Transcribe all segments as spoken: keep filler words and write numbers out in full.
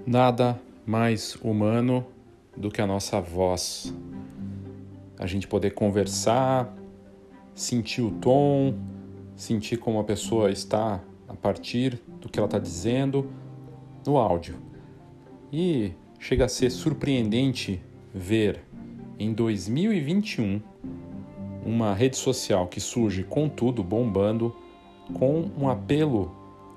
Nada mais humano do que a nossa voz. A gente poder conversar, sentir o tom, sentir como a pessoa está a partir do que ela está dizendo no áudio. E chega a ser surpreendente ver em dois mil e vinte e um uma rede social que surge com tudo bombando, com um apelo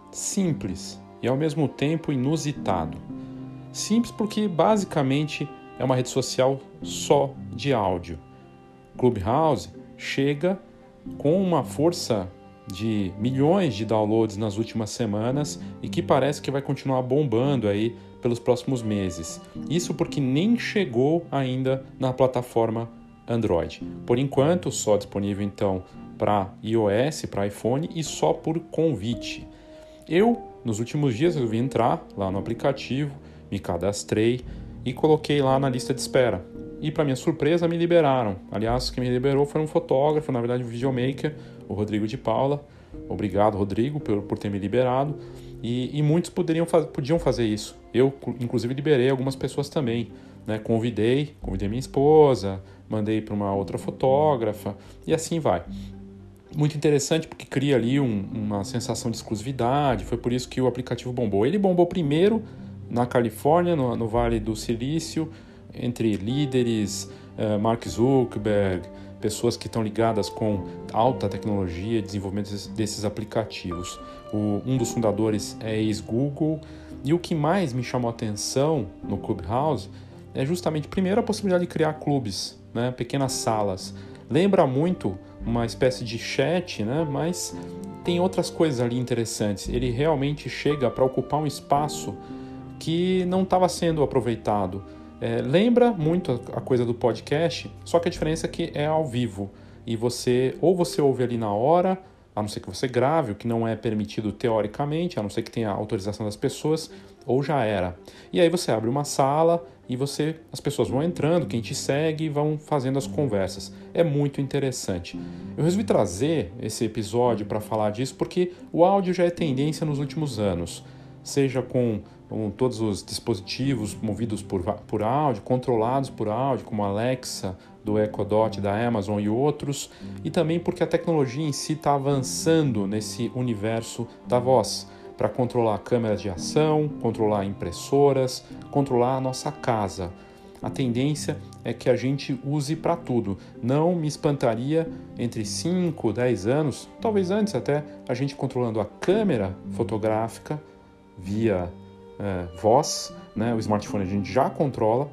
simples e ao mesmo tempo inusitado. Simples porque basicamente é uma rede social só de áudio. Clubhouse chega com uma força de milhões de downloads nas últimas semanas e que parece que vai continuar bombando aí pelos próximos meses. Isso porque nem chegou ainda na plataforma Android. Por enquanto, só disponível então para iOS, para iPhone e só por convite. Eu, nos últimos dias, resolvi entrar lá no aplicativo, me cadastrei e coloquei lá na lista de espera. E, para minha surpresa, me liberaram. Aliás, quem me liberou foi um fotógrafo, na verdade um videomaker, o Rodrigo de Paula. Obrigado, Rodrigo, por, por ter me liberado. E, e muitos poderiam, podiam fazer isso. Eu, inclusive, liberei algumas pessoas também. Né? Convidei, convidei minha esposa, mandei para uma outra fotógrafa e assim vai. Muito interessante porque cria ali um, uma sensação de exclusividade, foi por isso que o aplicativo bombou. Ele bombou primeiro na Califórnia, no, no Vale do Silício, entre líderes, uh, Mark Zuckerberg, pessoas que estão ligadas com alta tecnologia e desenvolvimento desses, desses aplicativos. O, um dos fundadores é ex-Google, e o que mais me chamou a atenção no Clubhouse é justamente, primeiro, a possibilidade de criar clubes, né, pequenas salas. Lembra muito uma espécie de chat, né, mas tem outras coisas ali interessantes. Ele realmente chega para ocupar um espaço que não estava sendo aproveitado. É, lembra muito a coisa do podcast, só que a diferença é que é ao vivo. E você, ou você ouve ali na hora, a não ser que você grave, o que não é permitido teoricamente, a não ser que tenha a autorização das pessoas, ou já era. E aí você abre uma sala e você, as pessoas vão entrando, quem te segue, e vão fazendo as conversas. É muito interessante. Eu resolvi trazer esse episódio para falar disso porque o áudio já é tendência nos últimos anos, seja com, com todos os dispositivos movidos por, por áudio, controlados por áudio, como a Alexa, do Echo Dot da Amazon e outros, e também porque a tecnologia em si está avançando nesse universo da voz, para controlar câmeras de ação, controlar impressoras, controlar a nossa casa. A tendência é que a gente use para tudo. Não me espantaria entre cinco, dez anos, talvez antes até, a gente controlando a câmera fotográfica via é, voz, né? O smartphone a gente já controla,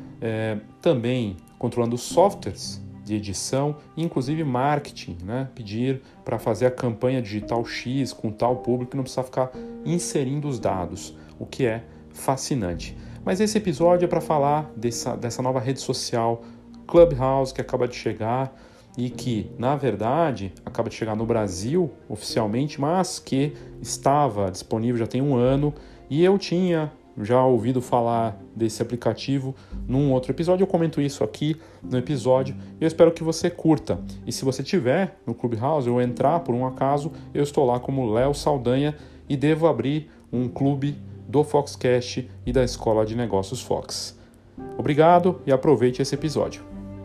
é, também controlando softwares de edição, inclusive marketing, né? Pedir para fazer a campanha digital X com tal público e não precisar ficar inserindo os dados, o que é fascinante. Mas esse episódio é para falar dessa, dessa nova rede social Clubhouse que acaba de chegar e que, na verdade, acaba de chegar no Brasil oficialmente, mas que estava disponível já tem um ano e eu tinha já ouvido falar desse aplicativo num outro episódio. Eu comento isso aqui no episódio e eu espero que você curta. E se você tiver no Clubhouse ou entrar por um acaso, eu estou lá como Léo Saldanha e devo abrir um clube do Foxcast e da Escola de Negócios Fox. Obrigado e aproveite esse episódio.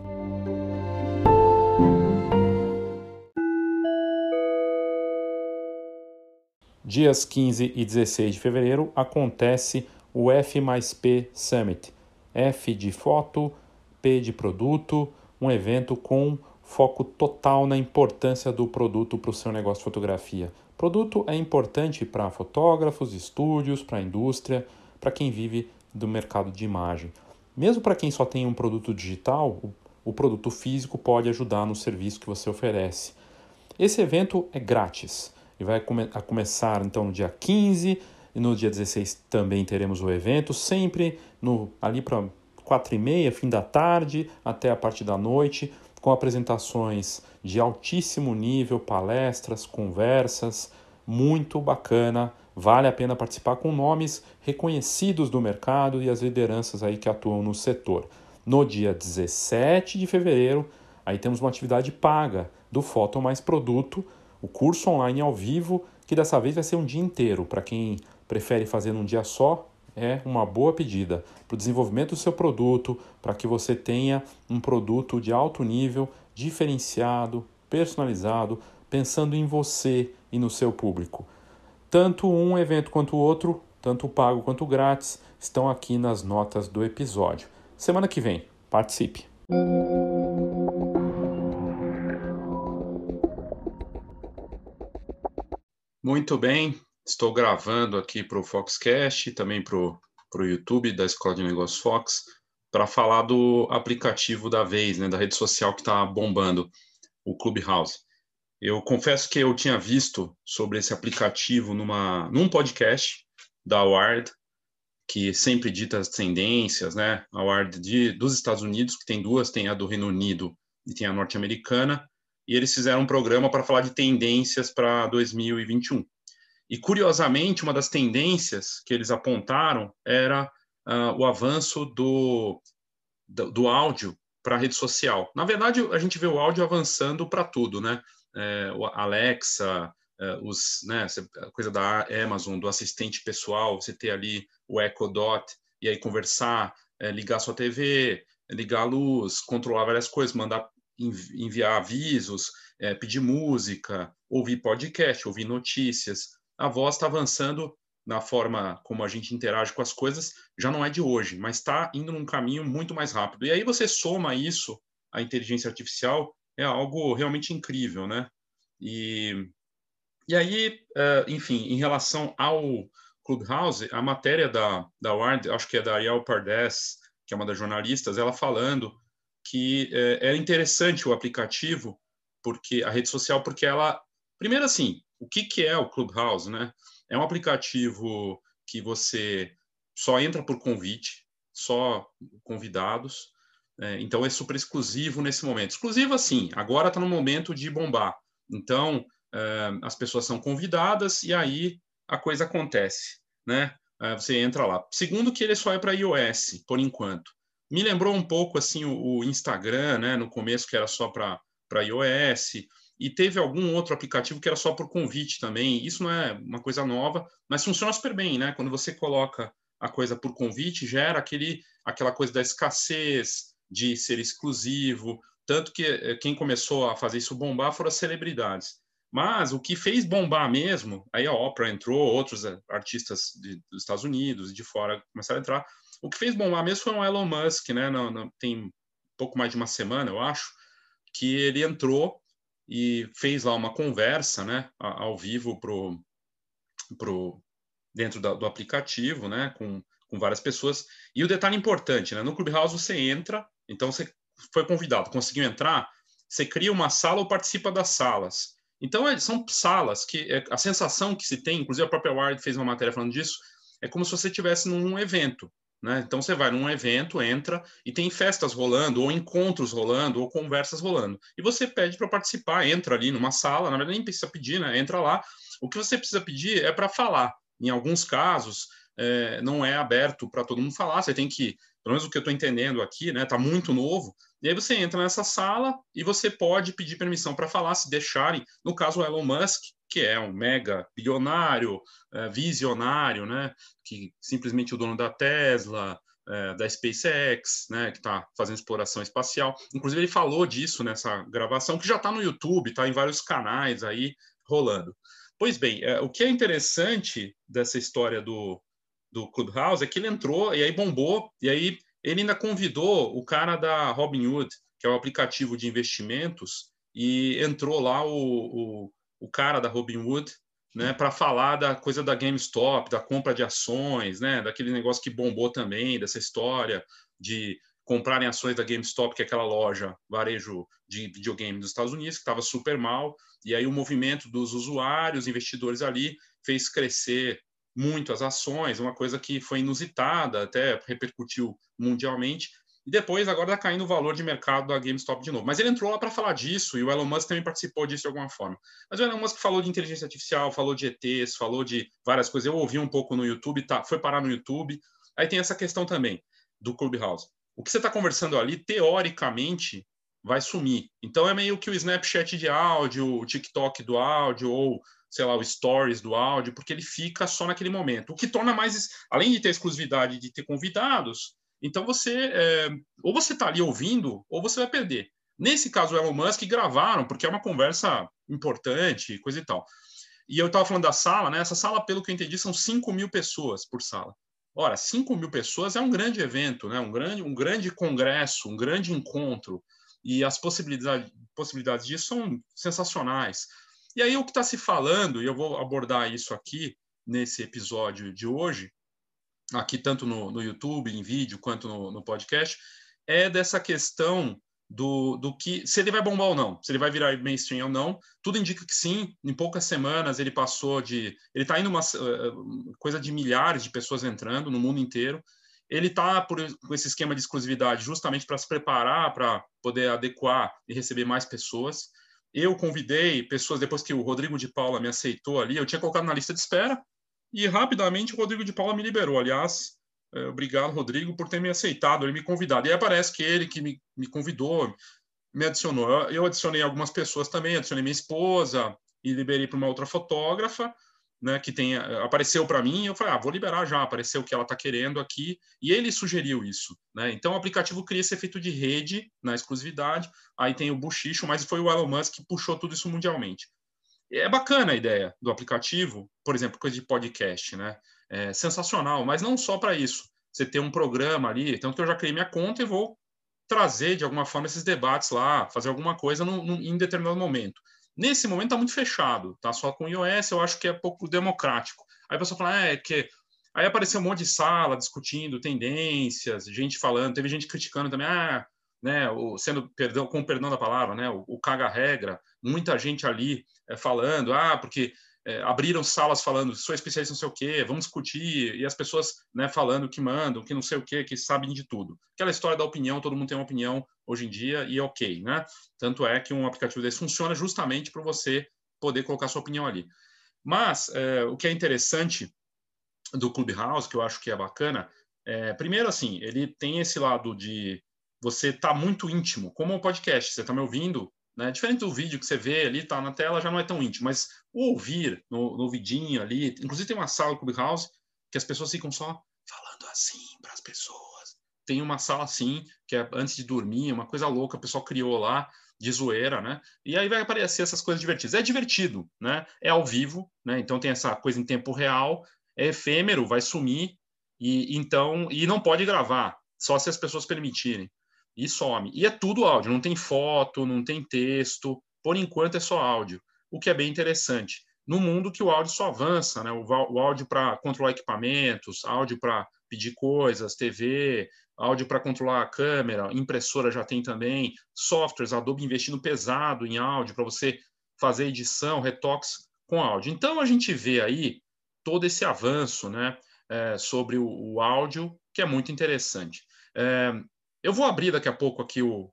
Dias quinze e dezesseis de fevereiro acontece o F mais P Summit. F de foto, P de produto, um evento com foco total na importância do produto para o seu negócio de fotografia. Produto é importante para fotógrafos, estúdios, para a indústria, para quem vive do mercado de imagem. Mesmo para quem só tem um produto digital, o, o produto físico pode ajudar no serviço que você oferece. Esse evento é grátis e vai come- a começar então no dia quinze e no dia dezesseis também teremos o evento, sempre no, ali para quatro e meia, fim da tarde, até a parte da noite, com apresentações de altíssimo nível, palestras, conversas, muito bacana, vale a pena participar com nomes reconhecidos do mercado e as lideranças aí que atuam no setor. No dia dezessete de fevereiro, aí temos uma atividade paga do Foto Mais Produto, o curso online ao vivo, que dessa vez vai ser um dia inteiro, para quem prefere fazer num dia só, é uma boa pedida para o desenvolvimento do seu produto, para que você tenha um produto de alto nível, diferenciado, personalizado, pensando em você e no seu público. Tanto um evento quanto o outro, tanto o pago quanto o grátis, estão aqui nas notas do episódio. Semana que vem, participe! Muito bem, estou gravando aqui para o Foxcast e também para o YouTube da Escola de Negócios Fox para falar do aplicativo da vez, né, da rede social que está bombando, o Clubhouse. Eu confesso que eu tinha visto sobre esse aplicativo numa, num podcast da Wired, que sempre dita as tendências, né? A Wired de, dos Estados Unidos, que tem duas, tem a do Reino Unido e tem a norte-americana, e eles fizeram um programa para falar de tendências para dois mil e vinte e um. E, curiosamente, uma das tendências que eles apontaram era uh, o avanço do, do, do áudio para a rede social. Na verdade, a gente vê o áudio avançando para tudo, né? É, o Alexa, é, os, né, a coisa da Amazon, do assistente pessoal, você ter ali o Echo Dot, e aí conversar, é, ligar sua T V, ligar a luz, controlar várias coisas, mandar enviar avisos, é, pedir música, ouvir podcast, ouvir notícias. A voz está avançando na forma como a gente interage com as coisas, já não é de hoje, mas está indo num caminho muito mais rápido. E aí você soma isso à inteligência artificial, é algo realmente incrível, né? E, e aí, uh, enfim, em relação ao Clubhouse, a matéria da, da Wired, acho que é da Ariel Pardes, que é uma das jornalistas, ela falando que uh, é interessante o aplicativo, porque a rede social, porque ela... Primeiro, assim, o que, que é o Clubhouse, né? É um aplicativo que você só entra por convite, só convidados, é, então é super exclusivo nesse momento. Exclusivo assim, agora está no momento de bombar. Então, é, as pessoas são convidadas e aí a coisa acontece, né? É, você entra lá. Segundo que ele só é para iOS, por enquanto. Me lembrou um pouco assim o, o Instagram, né? No começo que era só para para iOS, e teve algum outro aplicativo que era só por convite também. Isso não é uma coisa nova, mas funciona super bem, né? Quando você coloca a coisa por convite, gera aquele, aquela coisa da escassez, de ser exclusivo. Tanto que quem começou a fazer isso bombar foram as celebridades. Mas o que fez bombar mesmo, aí a Oprah entrou, outros artistas de, dos Estados Unidos e de fora começaram a entrar. O que fez bombar mesmo foi o Elon Musk, né? No, no, tem pouco mais de uma semana, eu acho, que ele entrou e fez lá uma conversa, né, ao vivo pro, pro, dentro da, do aplicativo, né, com, com várias pessoas. E o detalhe importante, né, no Clubhouse você entra, então você foi convidado, conseguiu entrar, você cria uma sala ou participa das salas. Então, são salas que a sensação que se tem, inclusive a própria Wired fez uma matéria falando disso, é como se você estivesse num evento. Né? Então você vai num evento, entra e tem festas rolando, ou encontros rolando, ou conversas rolando. E você pede para participar, entra ali numa sala, na verdade nem precisa pedir, né? Entra lá. O que você precisa pedir é para falar. Em alguns casos, é, não é aberto para todo mundo falar, você tem que, pelo menos o que eu estou entendendo aqui, né? Está muito novo. E aí você entra nessa sala e você pode pedir permissão para falar, se deixarem. No caso, o Elon Musk, que é um mega bilionário, é, visionário, né? Que simplesmente o dono da Tesla, é, da SpaceX, né? Que está fazendo exploração espacial. Inclusive, ele falou disso nessa gravação, que já está no YouTube, está em vários canais aí rolando. Pois bem, é, o que é interessante dessa história do, do Clubhouse é que ele entrou e aí bombou, e aí ele ainda convidou o cara da Robinhood, que é o aplicativo de investimentos, e entrou lá o, o, o cara da Robinhood, né, para falar da coisa da GameStop, da compra de ações, né, daquele negócio que bombou também, dessa história de comprarem ações da GameStop, que é aquela loja varejo de videogame dos Estados Unidos, que estava super mal, e aí o movimento dos usuários, investidores ali, fez crescer muito as ações, uma coisa que foi inusitada, até repercutiu mundialmente, e depois agora está caindo o valor de mercado da GameStop de novo. Mas ele entrou lá para falar disso, e o Elon Musk também participou disso de alguma forma. Mas o Elon Musk falou de inteligência artificial, falou de E Tês, falou de várias coisas. Eu ouvi um pouco no YouTube, tá, foi parar no YouTube. Aí tem essa questão também do Clubhouse. O que você está conversando ali, teoricamente, vai sumir. Então é meio que o Snapchat de áudio, o TikTok do áudio, ou sei lá, o stories do áudio, porque ele fica só naquele momento. O que torna mais, além de ter exclusividade, de ter convidados, então você, é, ou você está ali ouvindo, ou você vai perder. Nesse caso, o Elon Musk gravaram, porque é uma conversa importante, coisa e tal. E eu estava falando da sala, né? Essa sala, pelo que eu entendi, são cinco mil pessoas por sala. Ora, cinco mil pessoas é um grande evento, né? um, grande, um grande congresso, um grande encontro. E as possibilidades, possibilidades disso são sensacionais. E aí o que está se falando, e eu vou abordar isso aqui nesse episódio de hoje, aqui tanto no, no YouTube, em vídeo, quanto no, no podcast, é dessa questão do, do que se ele vai bombar ou não, se ele vai virar mainstream ou não. Tudo indica que sim. Em poucas semanas ele passou de, ele está indo uma uh, coisa de milhares de pessoas entrando no mundo inteiro. Ele está com esse esquema de exclusividade justamente para se preparar para poder adequar e receber mais pessoas. Eu convidei pessoas depois que o Rodrigo de Paula me aceitou ali. Eu tinha colocado na lista de espera e rapidamente o Rodrigo de Paula me liberou. Aliás, é, obrigado, Rodrigo, por ter me aceitado, ele me convidado. E aí parece que ele que me, me convidou, me adicionou. Eu, eu adicionei algumas pessoas também, adicionei minha esposa e liberei para uma outra fotógrafa, né, que tem, apareceu para mim. Eu falei, ah, vou liberar já, apareceu o que ela está querendo aqui. E ele sugeriu isso. Né? Então o aplicativo cria esse efeito de rede na exclusividade. Aí tem o buchicho, mas foi o Elon Musk que puxou tudo isso mundialmente. É bacana a ideia do aplicativo, por exemplo, coisa de podcast, né? É sensacional, mas não só para isso. Você ter um programa ali, tanto que eu já criei minha conta e vou trazer de alguma forma esses debates lá, fazer alguma coisa no, no, em determinado momento. Nesse momento está muito fechado, tá? Só com iOS eu acho que é pouco democrático. Aí a pessoa fala, ah, é que aí apareceu um monte de sala discutindo tendências, gente falando, teve gente criticando também, ah, né, o, sendo perdão, com perdão da palavra, né, o, o caga-regra, muita gente ali é, falando, ah, porque é, abriram salas falando, sou especialista não sei o quê, vamos discutir, e as pessoas né, falando que mandam, que não sei o quê, que sabem de tudo. Aquela história da opinião, todo mundo tem uma opinião hoje em dia e é ok, né? Tanto é que um aplicativo desse funciona justamente para você poder colocar sua opinião ali. Mas é, o que é interessante do Clubhouse, que eu acho que é bacana, é, primeiro assim, ele tem esse lado de você estar tá muito íntimo, como o podcast, você está me ouvindo, né? Diferente do vídeo que você vê ali, tá na tela, já não é tão íntimo, mas o ouvir no, no vidinho ali, inclusive tem uma sala do Clubhouse que as pessoas ficam só falando assim para as pessoas. Tem uma sala assim, que é antes de dormir, uma coisa louca, o pessoal criou lá, de zoeira, né? E aí vai aparecer essas coisas divertidas. É divertido, né? É ao vivo, né? Então tem essa coisa em tempo real, é efêmero, vai sumir, e então e não pode gravar, só se as pessoas permitirem. E some. E é tudo áudio, não tem foto, não tem texto, por enquanto é só áudio, o que é bem interessante. No mundo que o áudio só avança, né? O, o áudio para controlar equipamentos, áudio para pedir coisas, T V, áudio para controlar a câmera, impressora já tem também, softwares, Adobe investindo pesado em áudio para você fazer edição, retoques com áudio. Então a gente vê aí todo esse avanço, né, é, sobre o, o áudio, que é muito interessante. É, eu vou abrir daqui a pouco aqui o,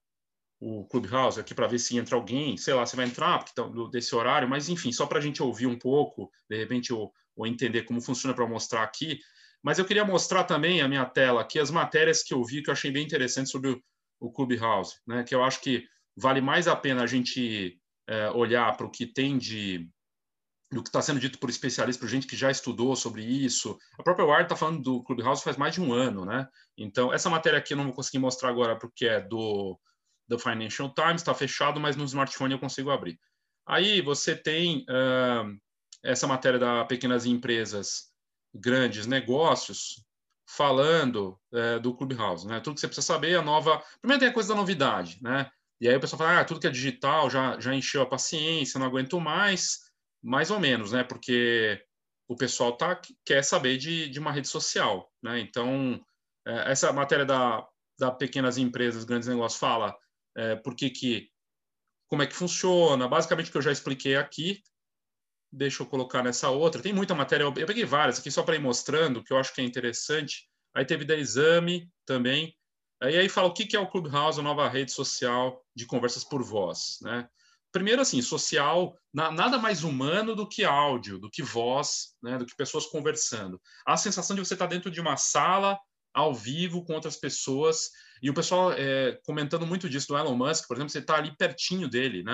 o Clubhouse aqui para ver se entra alguém, sei lá, você vai entrar porque tá, desse horário, mas enfim, só para a gente ouvir um pouco, de repente, ou, ou entender como funciona para mostrar aqui. Mas eu queria mostrar também a minha tela aqui, as matérias que eu vi, que eu achei bem interessante sobre o, o Clubhouse, né, que eu acho que vale mais a pena a gente é, olhar para o que tem de do que está sendo dito por especialistas, por gente que já estudou sobre isso. A própria Wired está falando do Clubhouse faz mais de um ano, né? Então, essa matéria aqui eu não vou conseguir mostrar agora porque é do, do Financial Times, está fechado, mas no smartphone eu consigo abrir. Aí você tem uh, essa matéria da Pequenas Empresas, Grandes Negócios, falando uh, do Clubhouse, né? Tudo que você precisa saber, a nova... Primeiro tem a coisa da novidade, né? E aí o pessoal fala, ah, tudo que é digital já, já encheu a paciência, não aguento mais... Mais ou menos, né? Porque o pessoal tá, quer saber de, de uma rede social, né? Então, é, essa matéria da, da Pequenas Empresas, Grandes Negócios fala é, por que que, como é que funciona, basicamente o que eu já expliquei aqui. Deixa eu colocar nessa outra. Tem muita matéria, eu peguei várias aqui só para ir mostrando, que eu acho que é interessante. Aí teve da Exame também. Aí, aí fala o que que é o Clubhouse, a nova rede social de conversas por voz, né? Primeiro, assim, social, na, nada mais humano do que áudio, do que voz, né, do que pessoas conversando. A sensação de você estar dentro de uma sala, ao vivo, com outras pessoas, e o pessoal é, comentando muito disso do Elon Musk, por exemplo, você está ali pertinho dele, né?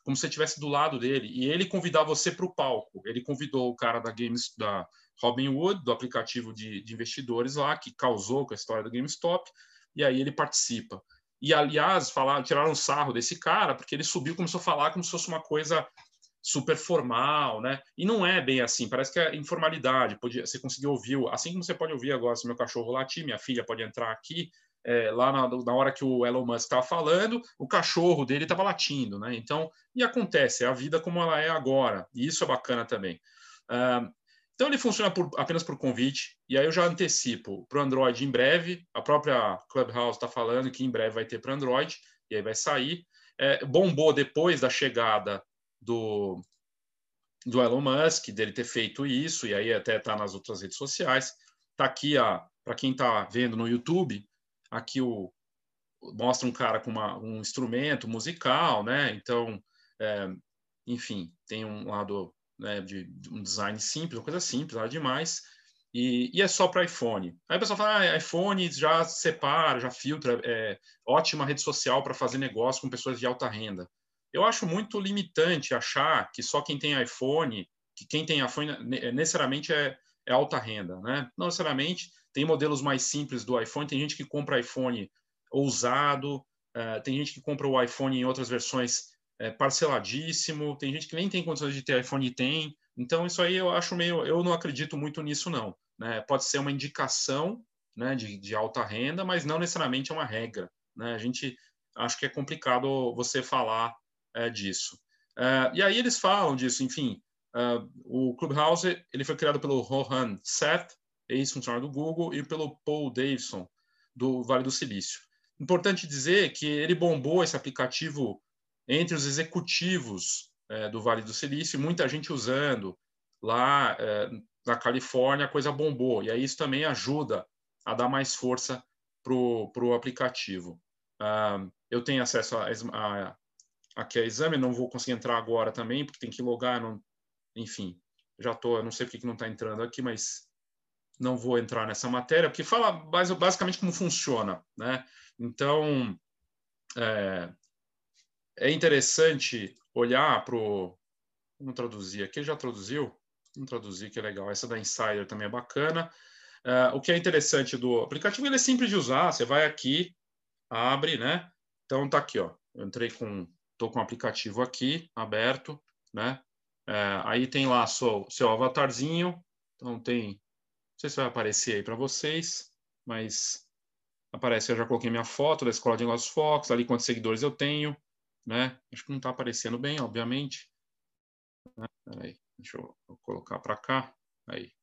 como se você estivesse do lado dele, e ele convidar você para o palco. Ele convidou o cara da Games, da Robinhood, do aplicativo de, de investidores lá, que causou com a história do GameStop, e aí ele participa. E, aliás, falaram, tiraram um sarro desse cara, porque ele subiu e começou a falar como se fosse uma coisa super formal, né? E não é bem assim, parece que é informalidade. Podia, você conseguiu ouvir, assim como você pode ouvir agora se meu cachorro latir, minha filha pode entrar aqui, é, lá na, na hora que o Elon Musk estava falando, o cachorro dele estava latindo, né? Então, e acontece, é a vida como ela é agora, e isso é bacana também. Uh, então, ele funciona por, apenas por convite, e aí eu já antecipo para o Android em breve, a própria Clubhouse está falando que em breve vai ter para Android, e aí vai sair. É, bombou depois da chegada do, do Elon Musk, dele ter feito isso, e aí até está nas outras redes sociais. Está aqui, para quem está vendo no YouTube, aqui o, mostra um cara com uma, um instrumento musical, né? Então, é, enfim, tem um lado, né, de, de um design simples, uma coisa simples, nada demais, e, e é só para iPhone. Aí o pessoal fala, ah, iPhone já separa, já filtra, é ótima rede social para fazer negócio com pessoas de alta renda. Eu acho muito limitante achar que só quem tem iPhone, que quem tem iPhone necessariamente é, é alta renda, né? Não necessariamente. Tem modelos mais simples do iPhone, tem gente que compra iPhone ousado, uh, tem gente que compra o iPhone em outras versões uh, parceladíssimo, tem gente que nem tem condições de ter iPhone e tem. Então, isso aí eu acho meio... Eu não acredito muito nisso, não. Né? Pode ser uma indicação, né, de, de alta renda, mas não necessariamente é uma regra. Né? A gente... Acho que é complicado você falar uh, disso. Uh, e aí eles falam disso, enfim... Uh, o Clubhouse ele foi criado pelo Rohan Seth, ex-funcionário do Google, e pelo Paul Davidson, do Vale do Silício. Importante dizer que ele bombou esse aplicativo entre os executivos é, do Vale do Silício, muita gente usando. Lá é, na Califórnia, a coisa bombou, e aí isso também ajuda a dar mais força para o aplicativo. Uh, eu tenho acesso a, a, aqui a exame, não vou conseguir entrar agora também, porque tem que logar, não, enfim, já estou, não sei porque que não está entrando aqui, mas não vou entrar nessa matéria, porque fala basicamente como funciona, né? Então, é, é interessante olhar para o... Vamos traduzir aqui, ele já traduziu? Vamos traduzir, que é legal. Essa da Insider também é bacana. É, o que é interessante do aplicativo, ele é simples de usar, você vai aqui, abre, né? Então, tá aqui, ó. Eu entrei com... Estou com o aplicativo aqui, aberto, né? É, aí tem lá seu, seu avatarzinho, então tem... Não sei se vai aparecer aí para vocês, mas aparece, eu já coloquei minha foto da Escola de Negócios Fox, ali quantos seguidores eu tenho, né? Acho que não está aparecendo bem, obviamente. Né? Peraí, deixa eu, eu colocar para cá. Aí.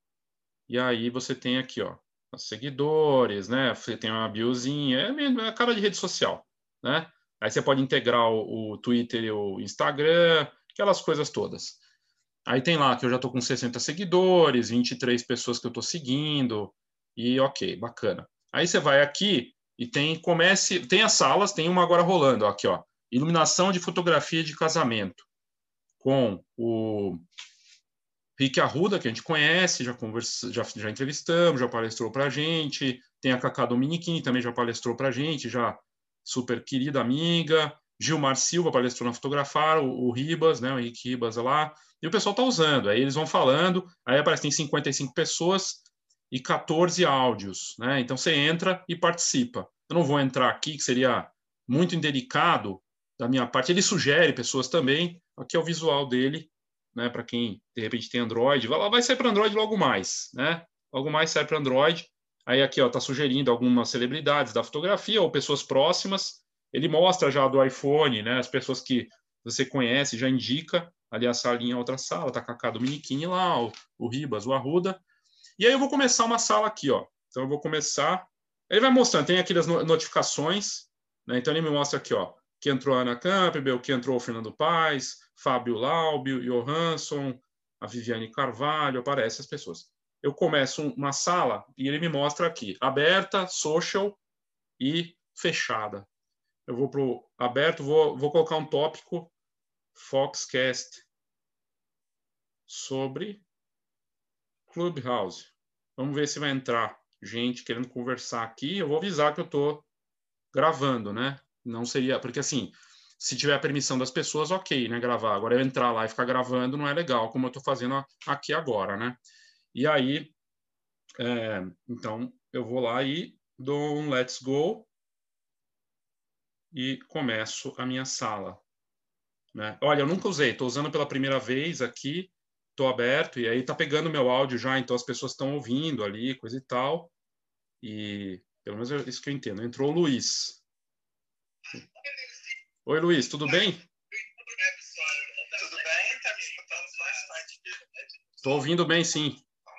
E aí você tem aqui, ó, os seguidores, né? Você tem uma biozinha, é, é a cara de rede social, né? Aí você pode integrar o, o Twitter e o Instagram, aquelas coisas todas. Aí tem lá que eu já estou com sessenta seguidores, vinte e três pessoas que eu estou seguindo, e ok, bacana. Aí você vai aqui e tem comece, tem as salas, tem uma agora rolando, ó, aqui, ó, iluminação de fotografia de casamento, com o Rick Arruda, que a gente conhece, já, conversa, já, já entrevistamos, já palestrou para a gente, tem a Cacá Dominiquini, também já palestrou para a gente, já super querida amiga, Gilmar Silva palestrou na Fotografar, o, o Ribas, né, o Henrique Ribas lá, e o pessoal está usando, aí eles vão falando, aí aparece tem cinquenta e cinco pessoas e quatorze áudios, né, então você entra e participa. Eu não vou entrar aqui, que seria muito indelicado da minha parte, ele sugere pessoas também, aqui é o visual dele, né, para quem de repente tem Android, vai, vai sair para Android logo mais, né, logo mais sai para Android. Aí aqui está sugerindo algumas celebridades da fotografia ou pessoas próximas. Ele mostra já do iPhone, né? As pessoas que você conhece, já indica. Ali a salinha, outra sala, está a Cacá Dominiquini lá, o, o Ribas, o Arruda. E aí eu vou começar uma sala aqui, ó. Então eu vou começar... Ele vai mostrando, tem aqui as notificações, né? Então ele me mostra aqui, ó, que entrou a Ana Campbell, que entrou o Fernando Paes, Fábio Laubio, Johansson, a Viviane Carvalho, aparecem as pessoas. Eu começo uma sala e ele me mostra aqui, aberta, social e fechada. Eu vou para o aberto, vou, vou colocar um tópico, Foxcast, sobre Clubhouse. Vamos ver se vai entrar gente querendo conversar aqui. Eu vou avisar que eu estou gravando, né? Não seria... Porque, assim, se tiver a permissão das pessoas, ok, né, gravar. Agora, eu entrar lá e ficar gravando não é legal, como eu estou fazendo aqui agora, né? E aí, é, então, eu vou lá e dou um let's go e começo a minha sala, né? Olha, eu nunca usei, estou usando pela primeira vez aqui, estou aberto, e aí está pegando meu áudio já, então as pessoas estão ouvindo ali, coisa e tal, e pelo menos é isso que eu entendo. Entrou o Luiz. Oi, Luiz, tudo bem? Tudo bem? Tá me escutando bastante. Estou ouvindo bem, sim.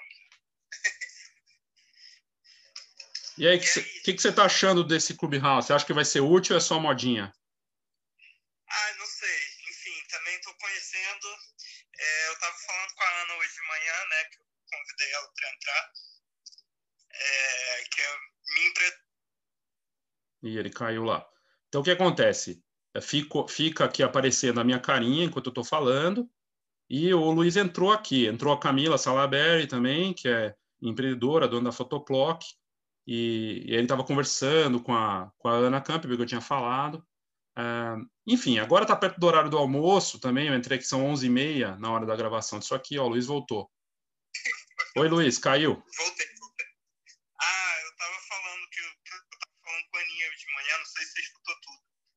E aí, o que, que você está achando desse Clubhouse? Você acha que vai ser útil ou é só modinha? Ah, não sei. Enfim, também estou conhecendo. É, eu estava falando com a Ana hoje de manhã, né? Que eu convidei ela para entrar. É, que é me empre... E ele caiu lá. Então, o que acontece? Fico, fica aqui aparecendo a minha carinha enquanto eu estou falando. E o Luiz entrou aqui. Entrou a Camila Salaberry também, que é empreendedora, dona da Photoclock. E, e ele estava conversando com a, com a Ana Campbell, que eu tinha falado. Uh, enfim, agora está perto do horário do almoço também. Eu entrei aqui, são onze e meia na hora da gravação disso aqui. Ó, o Luiz voltou. Oi, Luiz, caiu. Voltei, voltei. Ah, eu estava falando que eu estava falando com a Aninha de manhã, não sei se você escutou tudo.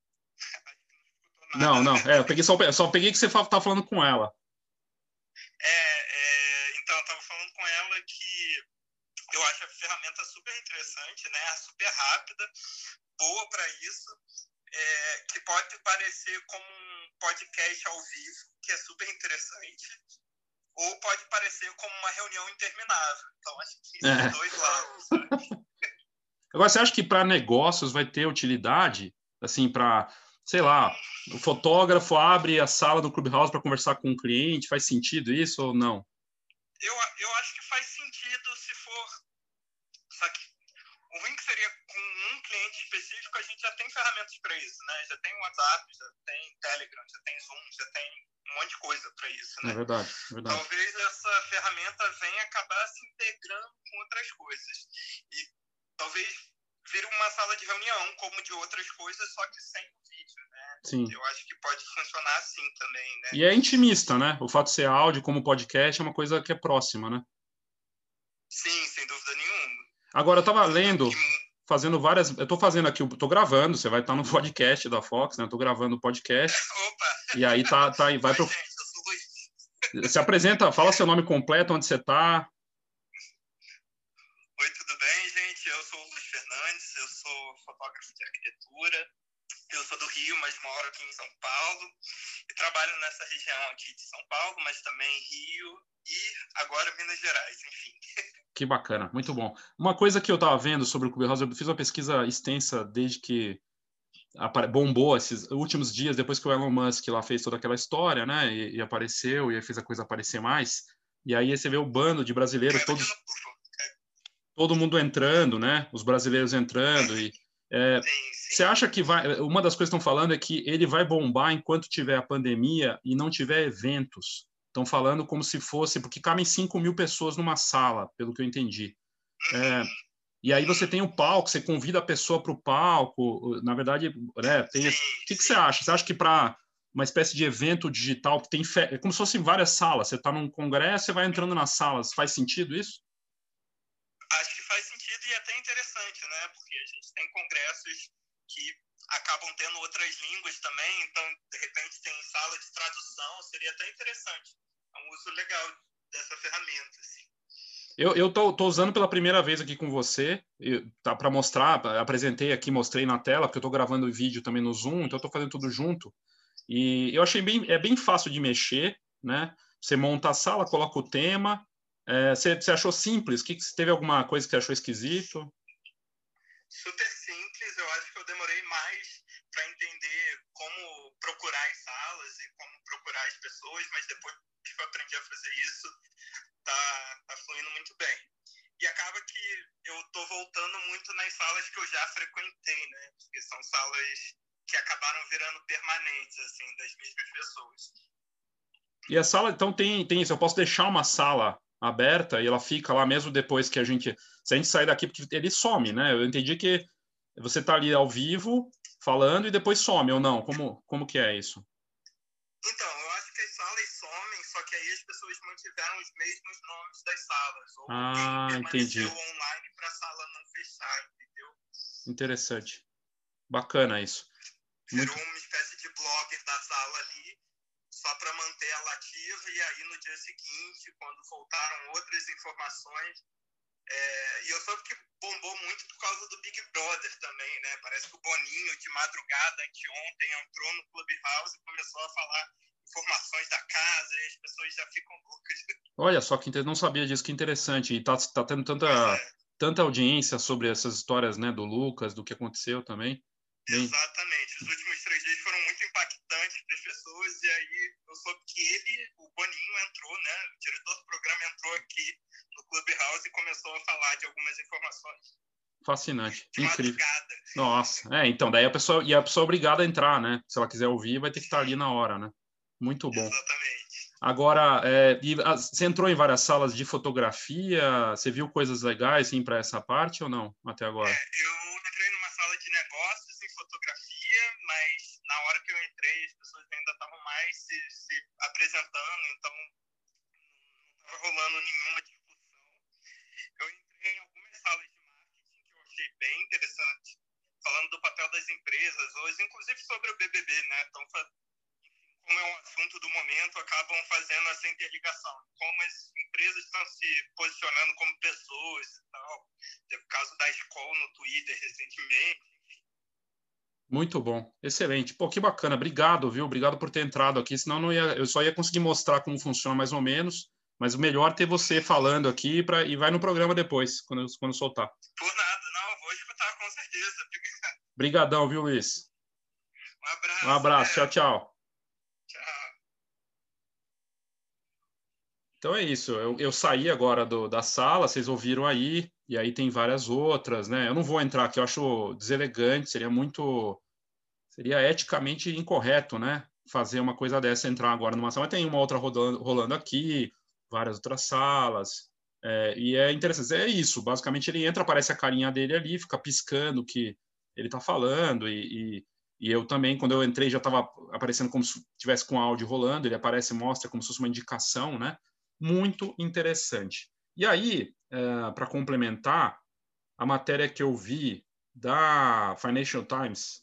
Não, não, é, eu peguei só, só peguei que você está falando com ela. É, é, então, eu estava falando com ela que eu acho a ferramenta super interessante, né? Super rápida, boa para isso, é, que pode parecer como um podcast ao vivo, que é super interessante, ou pode parecer como uma reunião interminável. Então, acho que esses é. dois lados, sabe? Agora, você acha que para negócios vai ter utilidade, assim, para, sei lá, o fotógrafo abre a sala do Clubhouse para conversar com um cliente, faz sentido isso ou não? Eu, eu acho que faz sentido se for... Só que o ruim que seria com um cliente específico, a gente já tem ferramentas para isso, né? Já tem WhatsApp, já tem Telegram, já tem Zoom, já tem um monte de coisa para isso, né? É verdade, é verdade. Talvez essa ferramenta venha acabar se integrando com outras coisas. E talvez vire uma sala de reunião, como de outras coisas, só que sem o vídeo, né? Sim. Eu acho que pode funcionar assim também, né? E é intimista, né? O fato de ser áudio como podcast é uma coisa que é próxima, né? Sim, sem dúvida nenhuma. Agora, eu estava lendo, fazendo várias... Eu estou fazendo aqui, estou gravando, você vai estar no podcast da Fox, né? Eu estou gravando o podcast. Opa! E aí tá, tá aí, vai Oi, pro... gente, eu sou o Luiz. Se apresenta, fala seu nome completo, onde você está. Oi, tudo bem, gente? Eu sou o Luiz Fernandes, eu sou fotógrafo de arquitetura. Eu sou do Rio, mas moro aqui em São Paulo. E trabalho nessa região aqui de São Paulo, mas também Rio e agora Minas Gerais, enfim. Que bacana, muito bom. Uma coisa que eu estava vendo sobre o Clubhouse, eu fiz uma pesquisa extensa desde que bombou esses últimos dias, depois que o Elon Musk lá fez toda aquela história, né, e, e apareceu, e aí fez a coisa aparecer mais, e aí você vê o bando de brasileiros, todos, todo mundo entrando, né, os brasileiros entrando, e é, você acha que vai, uma das coisas que estão falando é que ele vai bombar enquanto tiver a pandemia e não tiver eventos. Estão falando como se fosse, porque cabem cinco mil pessoas numa sala, pelo que eu entendi. É, e aí você tem o palco, você convida a pessoa para o palco, na verdade, né, tem esse... O que, que você acha? Você acha que para uma espécie de evento digital, que tem fe... é como se fossem várias salas, você está num congresso, você vai entrando nas salas, faz sentido isso? Acho que faz sentido e é até interessante, né? Porque a gente tem congressos que acabam tendo outras línguas também, então, de repente, tem sala de tradução, seria até interessante. É um uso legal dessa ferramenta, assim. Eu, eu tô, tô usando pela primeira vez aqui com você, eu, tá, para mostrar, apresentei aqui, mostrei na tela, porque eu tô gravando o vídeo também no Zoom, então eu tô fazendo tudo junto. E eu achei bem, é bem fácil de mexer, né? Você monta a sala, coloca o tema. É, você, você achou simples? Que, que teve alguma coisa que você achou esquisito? Super simples, eu acho que eu demorei mais para entender como procurar as salas e como procurar as pessoas, mas depois que eu aprendi a fazer isso, tá, tá fluindo muito bem. E acaba que eu tô voltando muito nas salas que eu já frequentei, né? Porque são salas que acabaram virando permanentes, assim, das mesmas pessoas. E a sala, então, tem, tem isso. Eu posso deixar uma sala aberta e ela fica lá mesmo depois que a gente... Se a gente sair daqui, porque ele some, né? Eu entendi que você tá ali ao vivo, falando e depois some, ou não? Como, como que é isso? Então, eu acho que as salas somem, só que aí as pessoas mantiveram os mesmos nomes das salas. Ou Ah, alguém permaneceu entendi. online para a sala não fechar, entendeu? Interessante. Bacana isso. Virou Muito... uma espécie de blogger da sala ali, só para manter ela ativa, e aí no dia seguinte, quando voltaram outras informações, é, e eu soube que bombou muito por causa do Big Brother também, né? Parece que o Boninho, de madrugada, anteontem, entrou no Clubhouse e começou a falar informações da casa, e as pessoas já ficam loucas. Olha só, que não sabia disso, que interessante. E tá, tá tendo tanta, É. tanta audiência sobre essas histórias, né, do Lucas, do que aconteceu também. Bem... Exatamente. Os últimos três dias foram muito impactantes para as pessoas, e aí eu soube que ele, o Boninho, entrou, né? O diretor do programa entrou aqui no Clubhouse e começou a falar de algumas informações. Fascinante, de incrível. Madrugada. Nossa, é, então, daí a pessoa, e a pessoa é obrigada a entrar, né? Se ela quiser ouvir, vai ter que estar ali na hora, né? Muito bom. Exatamente. Agora, é, e, a, você entrou em várias salas de fotografia, você viu coisas legais, assim, para essa parte ou não, até agora? É, eu entrei numa sala de negócios em fotografia, mas na hora que eu entrei, as pessoas ainda estavam mais se, se apresentando, então não estava rolando nenhuma discussão. Eu entrei em algumas salas de marketing que eu achei bem interessante, falando do papel das empresas hoje, inclusive sobre o B B B, né? Então, como é um assunto do momento, acabam fazendo essa interligação. Como as empresas estão se posicionando como pessoas e tal. Teve o caso da escola no Twitter recentemente. Muito bom, excelente. Pô, que bacana, obrigado, viu? Obrigado por ter entrado aqui, senão não ia, eu só ia conseguir mostrar como funciona mais ou menos, mas o melhor é ter você falando aqui pra, e vai no programa depois, quando, quando soltar. Por nada, não, vou escutar com certeza. Obrigadão, viu, Luiz? Um abraço. Um abraço, né? tchau, tchau. Tchau. Então é isso, eu, eu saí agora do, da sala, vocês ouviram aí, e aí tem várias outras, né? Eu não vou entrar aqui, eu acho deselegante, seria muito... Seria eticamente incorreto, né? Fazer uma coisa dessa, entrar agora numa sala. Mas tem uma outra rolando, rolando aqui, várias outras salas, é, e é interessante. É isso, basicamente ele entra, aparece a carinha dele ali, fica piscando o que ele está falando, e, e, e eu também, quando eu entrei, já estava aparecendo como se tivesse com áudio rolando, ele aparece e mostra como se fosse uma indicação, né? Muito interessante. E aí, é, para complementar, a matéria que eu vi da Financial Times,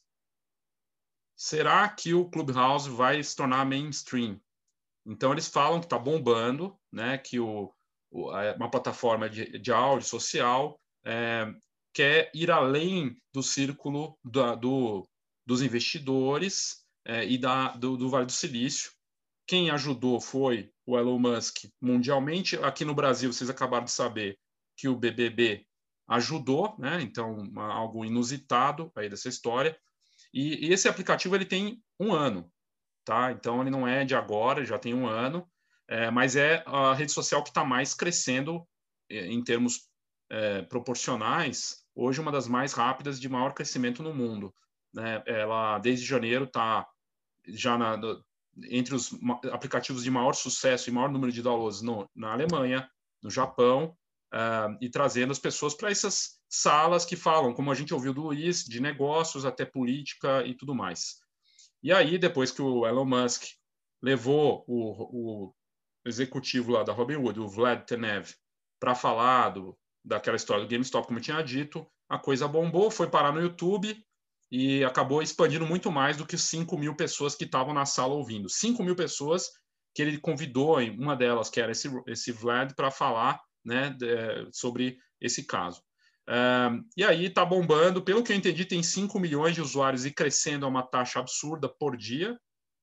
será que o Clubhouse vai se tornar mainstream? Então, eles falam que está bombando, né, que o, o, uma plataforma de, de áudio social é, quer ir além do círculo da, do, dos investidores é, e da, do, do Vale do Silício. Quem ajudou foi o Elon Musk mundialmente. Aqui no Brasil, vocês acabaram de saber que o B B B ajudou, né? Então, uma, algo inusitado aí dessa história. E, e esse aplicativo ele tem um ano, tá? Então ele não é de agora, já tem um ano, é, mas é a rede social que está mais crescendo é, em termos é, proporcionais. Hoje uma das mais rápidas de maior crescimento no mundo, né? Ela desde janeiro está já na, no, entre os aplicativos de maior sucesso e maior número de downloads no, na Alemanha, no Japão, uh, e trazendo as pessoas para essas salas que falam, como a gente ouviu do Luiz, de negócios até política e tudo mais. E aí, depois que o Elon Musk levou o, o executivo lá da Robinhood, o Vlad Tenev, para falar do, daquela história do GameStop, como eu tinha dito, a coisa bombou, foi parar no YouTube e acabou expandindo muito mais do que cinco mil pessoas que estavam na sala ouvindo. cinco mil pessoas que ele convidou, uma delas, que era esse, esse Vlad, para falar, né, de, sobre esse caso. Uh, e aí está bombando, pelo que eu entendi, tem cinco milhões de usuários e crescendo a uma taxa absurda por dia,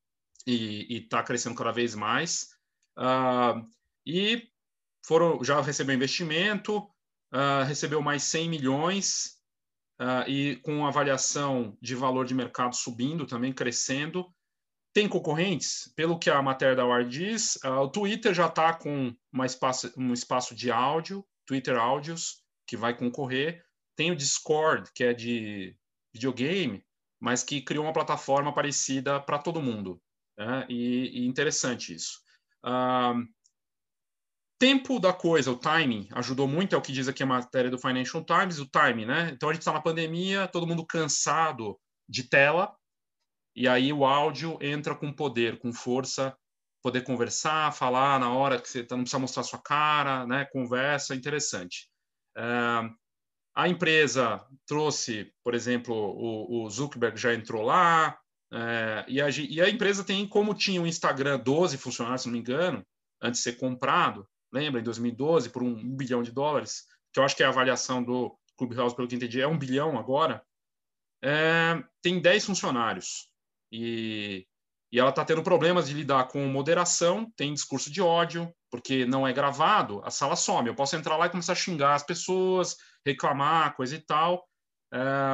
e está crescendo cada vez mais. Uh, e foram, já recebeu investimento, uh, recebeu mais cem milhões, uh, e com avaliação de valor de mercado subindo, também crescendo. Tem concorrentes? Pelo que a matéria da Wired diz, uh, o Twitter já está com uma espaço, um espaço de áudio, Twitter Áudios, que vai concorrer. Tem o Discord, que é de videogame, mas que criou uma plataforma parecida para todo mundo. Né? E, e interessante isso. Uh, tempo da coisa, o timing, ajudou muito, é o que diz aqui a matéria do Financial Times, o timing, né? Então a gente está na pandemia, todo mundo cansado de tela, e aí o áudio entra com poder, com força, poder conversar, falar na hora que você tá, não precisa mostrar sua cara, né? Conversa, interessante. É, a empresa trouxe, por exemplo, o, o Zuckerberg já entrou lá, é, e, a, e a empresa tem, como tinha o Instagram, doze funcionários, se não me engano, antes de ser comprado, lembra, em dois mil e doze, por um, um bilhão de dólares, que eu acho que é a avaliação do Clubhouse, pelo que entendi, é um bilhão agora, é, tem dez funcionários. E, e ela está tendo problemas de lidar com moderação, tem discurso de ódio, porque não é gravado, a sala some. Eu posso entrar lá e começar a xingar as pessoas, reclamar, coisa e tal. É,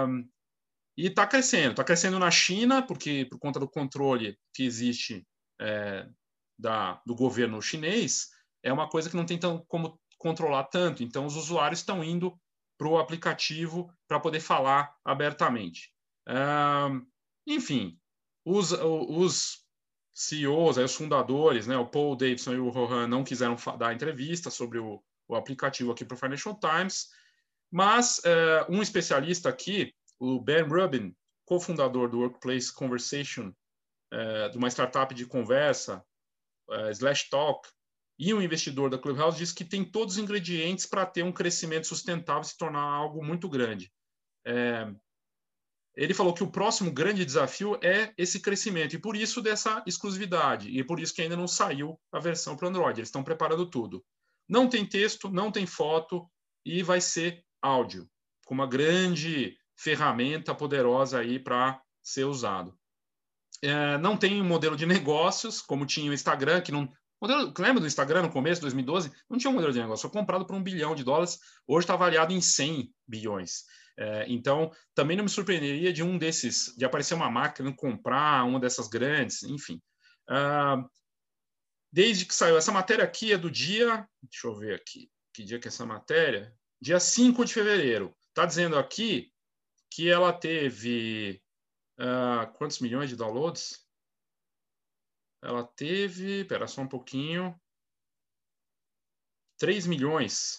e está crescendo. Está crescendo na China, porque por conta do controle que existe é, da, do governo chinês, é uma coisa que não tem tão, como controlar tanto. Então, os usuários estão indo para o aplicativo para poder falar abertamente. Um, enfim, os, os C E Os, aí, os fundadores, né, o Paul Davidson e o Rohan, não quiseram dar entrevista sobre o, o aplicativo aqui para o Financial Times, mas uh, um especialista aqui, o Ben Rubin, cofundador do Workplace Conversation, uh, de uma startup de conversa, uh, Slash Talk, e um investidor da Clubhouse, diz que tem todos os ingredientes para ter um crescimento sustentável e se tornar algo muito grande. É, ele falou que o próximo grande desafio é esse crescimento, e por isso dessa exclusividade, e por isso que ainda não saiu a versão para o Android. Eles estão preparando tudo. Não tem texto, não tem foto, e vai ser áudio, com uma grande ferramenta poderosa aí para ser usado. É, não tem um modelo de negócios, como tinha o Instagram, que não... Modelo, lembra do Instagram no começo, dois mil e doze? Não tinha um modelo de negócio, foi comprado por um bilhão de dólares, hoje está avaliado em cem bilhões. É, então, também não me surpreenderia de um desses, de aparecer uma marca querendo comprar uma dessas grandes, enfim. Uh, desde que saiu essa matéria aqui, é do dia, deixa eu ver aqui, que dia que é essa matéria? Dia cinco de fevereiro. Está dizendo aqui que ela teve uh, quantos milhões de downloads? Ela teve, espera só um pouquinho, três milhões.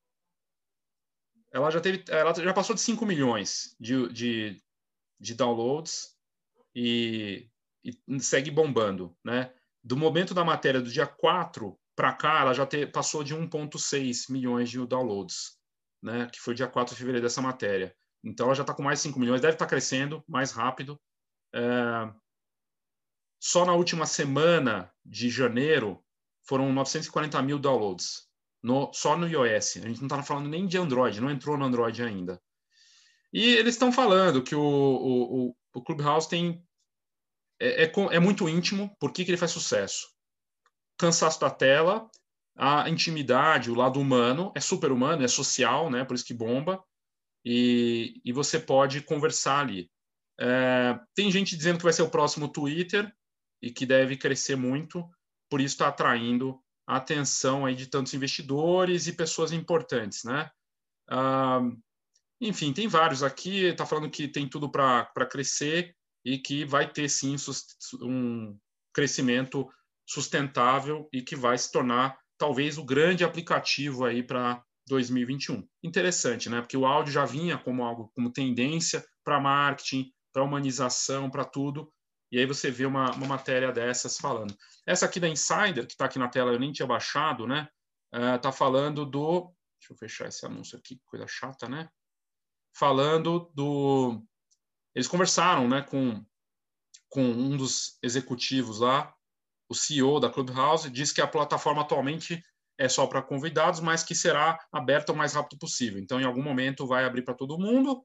Ela já teve, ela já passou de cinco milhões de, de, de downloads e, e segue bombando, né? Do momento da matéria do dia quatro para cá, ela já te, passou de um vírgula seis milhões de downloads, né? Que foi dia quatro de fevereiro dessa matéria. Então ela já está com mais de cinco milhões, deve estar crescendo mais rápido. É, só na última semana de janeiro foram novecentos e quarenta mil downloads, no, só no iOS. A gente não está falando nem de Android, não entrou no Android ainda. E eles estão falando que o, o, o Clubhouse tem, é, é, é muito íntimo. Por que, que ele faz sucesso? Cansaço da tela, a intimidade, o lado humano, é super humano, é social, né? Por isso que bomba. E, e você pode conversar ali. É, tem gente dizendo que vai ser o próximo Twitter e que deve crescer muito, por isso está atraindo a atenção aí de tantos investidores e pessoas importantes, né? Ah, enfim, tem vários aqui, está falando que tem tudo para crescer e que vai ter, sim, um crescimento sustentável e que vai se tornar, talvez, o grande aplicativo aí para dois mil e vinte e um. Interessante, né? Porque o áudio já vinha como algo, como tendência para marketing, para humanização, para tudo. E aí você vê uma, uma matéria dessas falando. Essa aqui da Insider, que está aqui na tela, eu nem tinha baixado, né? Está uh, falando do... Deixa eu fechar esse anúncio aqui, coisa chata, né? Falando do... Eles conversaram, né, com, com um dos executivos lá, o C E O da Clubhouse, disse que a plataforma atualmente é só para convidados, mas que será aberta o mais rápido possível. Então, em algum momento, vai abrir para todo mundo.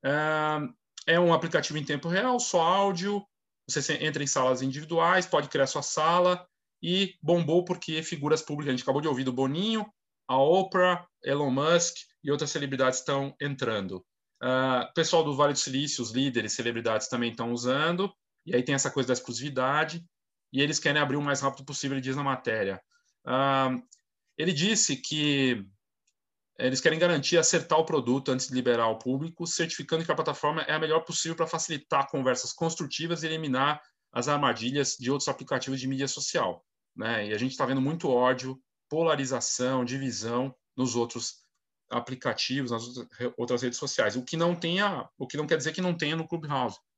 É, é um aplicativo em tempo real, só áudio. Você entra em salas individuais, pode criar sua sala. E bombou porque figuras públicas, a gente acabou de ouvir do Boninho, a Oprah, Elon Musk e outras celebridades estão entrando. O uh, pessoal do Vale do Silício, os líderes, celebridades também estão usando. E aí tem essa coisa da exclusividade. E eles querem abrir o mais rápido possível, ele diz na matéria. Uh, ele disse que eles querem garantir acertar o produto antes de liberar ao público, certificando que a plataforma é a melhor possível para facilitar conversas construtivas e eliminar as armadilhas de outros aplicativos de mídia social, né? E a gente está vendo muito ódio, polarização, divisão nos outros aplicativos, nas outras redes sociais. O que não tenha, o que não quer dizer que não tenha no Clubhouse.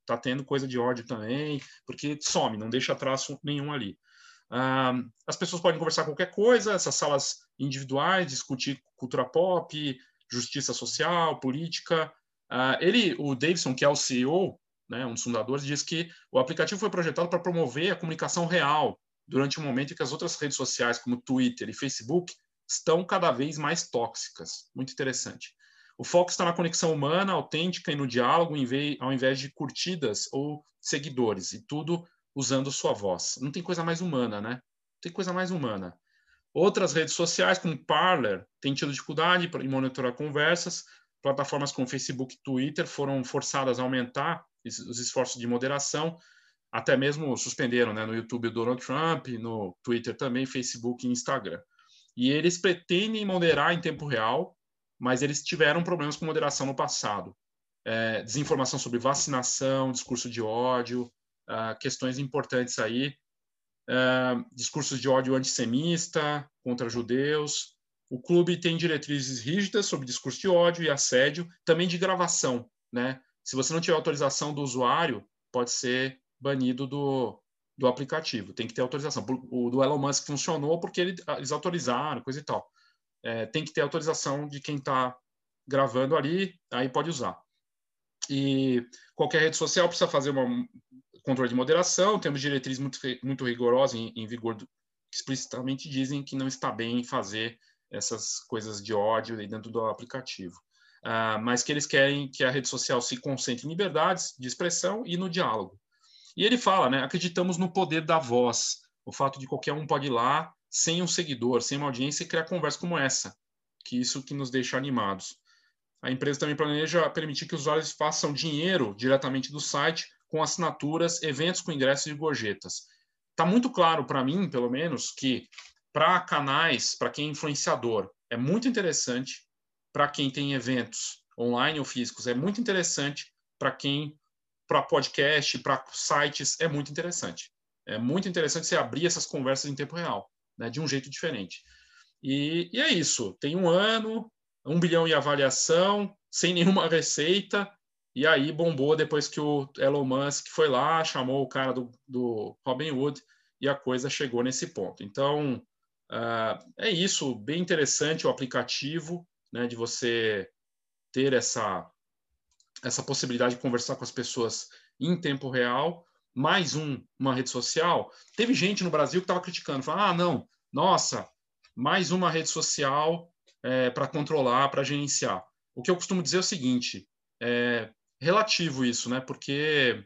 tá tendo coisa de ódio também, porque some, não deixa traço nenhum ali. Ah, as pessoas podem conversar qualquer coisa, essas salas individuais, discutir cultura pop, justiça social, política. Ah, ele, o Davidson, que é o C E O, né, um dos fundadores, diz que o aplicativo foi projetado para promover a comunicação real durante um momento em que as outras redes sociais, como Twitter e Facebook, estão cada vez mais tóxicas. Muito interessante. O foco está na conexão humana, autêntica e no diálogo, ao invés de curtidas ou seguidores, e tudo usando sua voz. Não tem coisa mais humana, né? Não tem coisa mais humana. Outras redes sociais, como Parler, têm tido dificuldade em monitorar conversas. Plataformas como Facebook e Twitter foram forçadas a aumentar os esforços de moderação, até mesmo suspenderam, né, no YouTube o Donald Trump, no Twitter também, Facebook e Instagram. E eles pretendem moderar em tempo real, mas eles tiveram problemas com moderação no passado. É, desinformação sobre vacinação, discurso de ódio, uh, questões importantes aí, uh, discursos de ódio antissemita contra judeus. O clube tem diretrizes rígidas sobre discurso de ódio e assédio, também de gravação, né? Se você não tiver autorização do usuário, pode ser banido do, do aplicativo. Tem que ter autorização. O do Elon Musk funcionou porque ele, eles autorizaram, coisa e tal. É, tem que ter autorização de quem está gravando ali, aí pode usar. E qualquer rede social precisa fazer um controle de moderação, temos diretrizes muito, muito rigorosas em, em vigor, do, que explicitamente dizem que não está bem fazer essas coisas de ódio dentro do aplicativo. Uh, mas que eles querem que a rede social se concentre em liberdades de expressão e no diálogo. E ele fala, né, acreditamos no poder da voz, o fato de qualquer um pode ir lá, sem um seguidor, sem uma audiência, e criar conversa como essa, que isso que nos deixa animados. A empresa também planeja permitir que os usuários façam dinheiro diretamente do site com assinaturas, eventos com ingressos e gorjetas. Está muito claro para mim, pelo menos, que para canais, para quem é influenciador, é muito interessante. Para quem tem eventos online ou físicos, é muito interessante. Para quem, para podcast, para sites, é muito interessante. É muito interessante você abrir essas conversas em tempo real, né, de um jeito diferente. E, e é isso. Tem um ano, um bilhão em avaliação, sem nenhuma receita, e aí bombou depois que o Elon Musk foi lá, chamou o cara do, do Robinhood, e a coisa chegou nesse ponto. Então, uh, é isso. Bem interessante o aplicativo, né, de você ter essa, essa possibilidade de conversar com as pessoas em tempo real. Mais um, uma rede social. Teve gente no Brasil que estava criticando, falando, ah, não, nossa, mais uma rede social é, para controlar, para gerenciar. O que eu costumo dizer é o seguinte, é relativo isso, né? Porque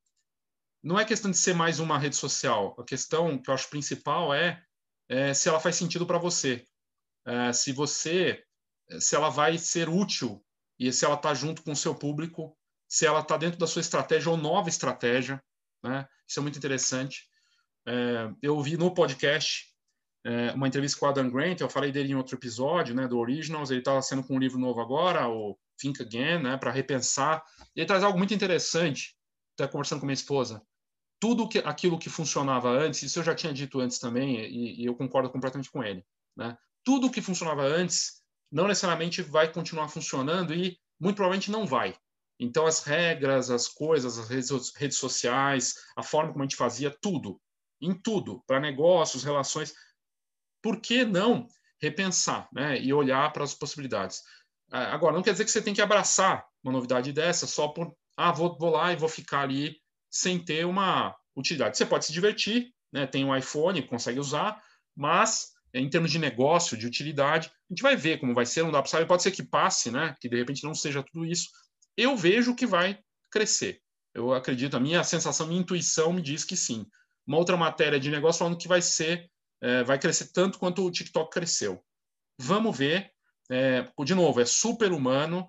não é questão de ser mais uma rede social. A questão que eu acho principal é, é se ela faz sentido para você. É, se você, se ela vai ser útil e se ela está junto com o seu público, se ela está dentro da sua estratégia ou nova estratégia, né? Isso é muito interessante. É, eu vi no podcast é, uma entrevista com o Adam Grant, eu falei dele em outro episódio, né, do Originals, ele está sendo com um livro novo agora, o Think Again, né, para repensar. Ele traz algo muito interessante, até conversando com minha esposa. Tudo que, aquilo que funcionava antes, isso eu já tinha dito antes também, e, e eu concordo completamente com ele, né? Tudo que funcionava antes não necessariamente vai continuar funcionando e muito provavelmente não vai. Então, as regras, as coisas, as redes, redes sociais, a forma como a gente fazia, tudo, em tudo, para negócios, relações, por que não repensar, né, e olhar para as possibilidades? Agora, não quer dizer que você tem que abraçar uma novidade dessa só por, ah, vou, vou lá e vou ficar ali sem ter uma utilidade. Você pode se divertir, né, tem um iPhone, consegue usar, mas em termos de negócio, de utilidade, a gente vai ver como vai ser, não dá para saber, pode ser que passe, né, que de repente não seja tudo isso. Eu vejo que vai crescer. Eu acredito, a minha sensação, minha intuição me diz que sim. Uma outra matéria de negócio falando que vai ser, é, vai crescer tanto quanto o TikTok cresceu. Vamos ver. É, de novo, é super humano,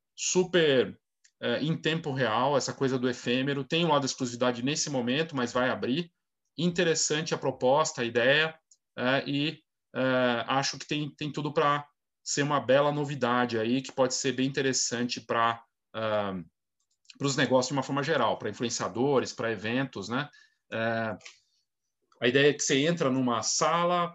super é, em tempo real, essa coisa do efêmero. Tem um lado de exclusividade nesse momento, mas vai abrir. Interessante a proposta, a ideia, é, e é, acho que tem, tem tudo para ser uma bela novidade aí, que pode ser bem interessante para uh, para os negócios de uma forma geral, para influenciadores, para eventos, né? É, a ideia é que você entra numa sala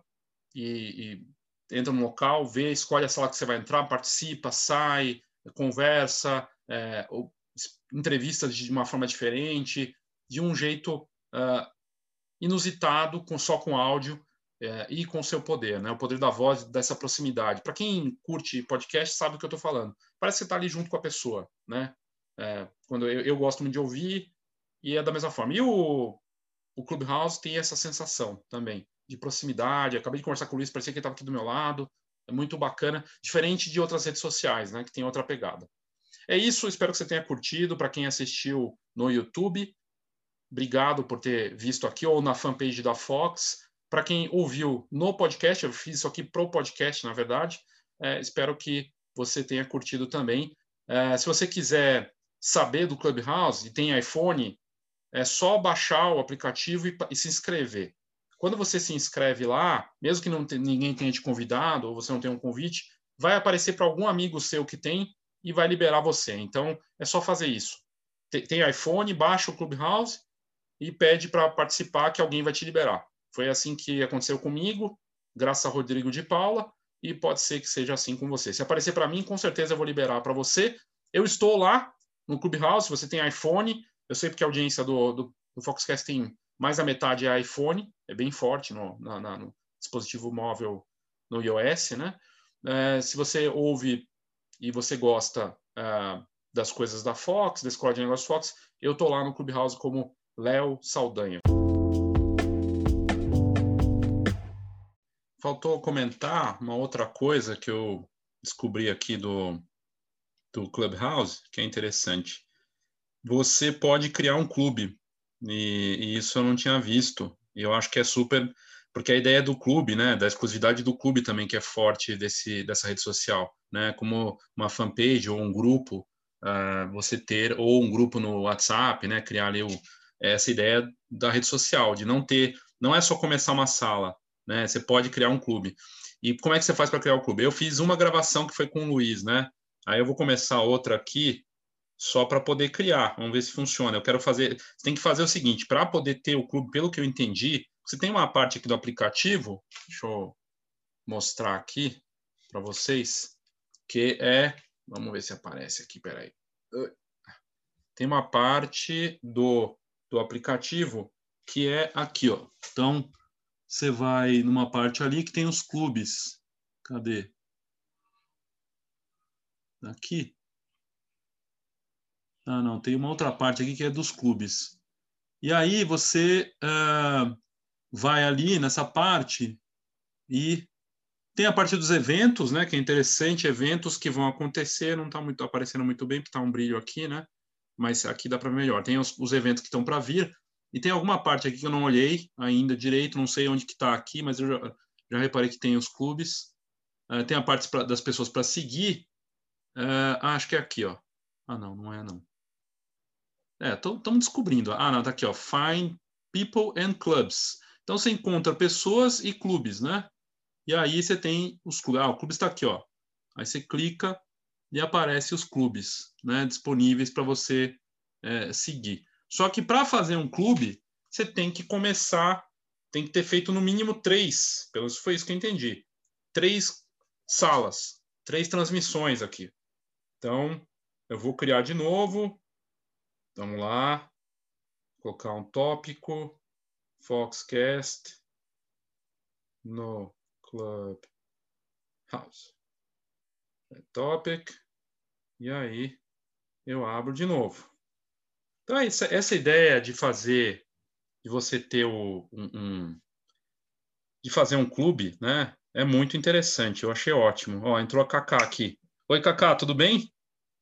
e, e entra num local, vê, escolhe a sala que você vai entrar, participa, sai, conversa, é, entrevistas de uma forma diferente, de um jeito uh, inusitado, com, só com áudio uh, e com seu poder, né? O poder da voz, dessa proximidade. Para quem curte podcast, sabe o que eu estou falando. Parece que você está ali junto com a pessoa, né? Uh, quando eu, eu gosto muito de ouvir, e é da mesma forma. E o, o Clubhouse tem essa sensação também, de proximidade. Eu acabei de conversar com o Luiz, parecia que ele estava aqui do meu lado. É muito bacana, diferente de outras redes sociais, né? Que tem outra pegada. É isso, espero que você tenha curtido. Para quem assistiu no YouTube, obrigado por ter visto aqui, ou na fanpage da Fox. Para quem ouviu no podcast, eu fiz isso aqui pro podcast, na verdade. É, espero que você tenha curtido também. É, se você quiser saber do Clubhouse e tem iPhone, é só baixar o aplicativo e, e se inscrever. Quando você se inscreve lá, mesmo que não te, ninguém tenha te convidado, ou você não tenha um convite, vai aparecer para algum amigo seu que tem e vai liberar você. Então, é só fazer isso. Tem, tem iPhone, baixa o Clubhouse e pede para participar que alguém vai te liberar. Foi assim que aconteceu comigo, graças a Rodrigo de Paula, e pode ser que seja assim com você. Se aparecer para mim, com certeza eu vou liberar para você. Eu estou lá no Clubhouse, se você tem iPhone, eu sei porque a audiência do, do, do Foxcast tem mais da metade é iPhone, é bem forte no, na, na, no dispositivo móvel no iOS, né? É, se você ouve e você gosta uh, das coisas da Fox, da Escola de Negócios Fox, eu tô lá no Clubhouse como Léo Saldanha. Faltou comentar uma outra coisa que eu descobri aqui do, do Clubhouse, que é interessante. Você pode criar um clube, e, e isso eu não tinha visto. E eu acho que é super... Porque a ideia do clube, né, da exclusividade do clube também, que é forte desse, dessa rede social, né, como uma fanpage ou um grupo, uh, você ter, ou um grupo no WhatsApp, né, criar ali o, essa ideia da rede social, de não ter, não é só começar uma sala, né, você pode criar um clube. E como é que você faz para criar o clube? Eu fiz uma gravação que foi com o Luiz, né, aí eu vou começar outra aqui, só para poder criar, vamos ver se funciona. Eu quero fazer, você tem que fazer o seguinte, para poder ter o clube, pelo que eu entendi, você tem uma parte aqui do aplicativo, deixa eu mostrar aqui para vocês, que é, vamos ver se aparece aqui, peraí. Tem uma parte do, do aplicativo que é aqui, ó. Então, você vai numa parte ali que tem os clubes. Cadê? Aqui. Ah, não, tem uma outra parte aqui que é dos clubes. E aí você uh, vai ali nessa parte e tem a parte dos eventos, né, que é interessante, eventos que vão acontecer, não está muito aparecendo muito bem, porque está um brilho aqui, né, mas aqui dá para ver melhor. Tem os, os eventos que estão para vir, e tem alguma parte aqui que eu não olhei ainda direito, não sei onde que está aqui, mas eu já, já reparei que tem os clubes. Uh, tem a parte pra, das pessoas para seguir, uh, ah, acho que é aqui, ó. Ah, não, não é não. É, estamos descobrindo. Ah, não, tá aqui, ó. Find people and clubs. Então você encontra pessoas e clubes, né? E aí você tem os clubes. Ah, o clube está aqui, ó. Aí você clica e aparece os clubes, né? Disponíveis para você é, seguir. Só que para fazer um clube, você tem que começar, tem que ter feito no mínimo três. Pelo menos foi isso que eu entendi. Três salas, três transmissões aqui. Então, eu vou criar de novo. Vamos lá, colocar um tópico, Foxcast no Clubhouse. Topic, e aí eu abro de novo. Então, essa, essa ideia de fazer, de você ter o, um, um, de fazer um clube, né, é muito interessante, eu achei ótimo. Ó, entrou a Cacá aqui. Oi, Cacá, tudo bem?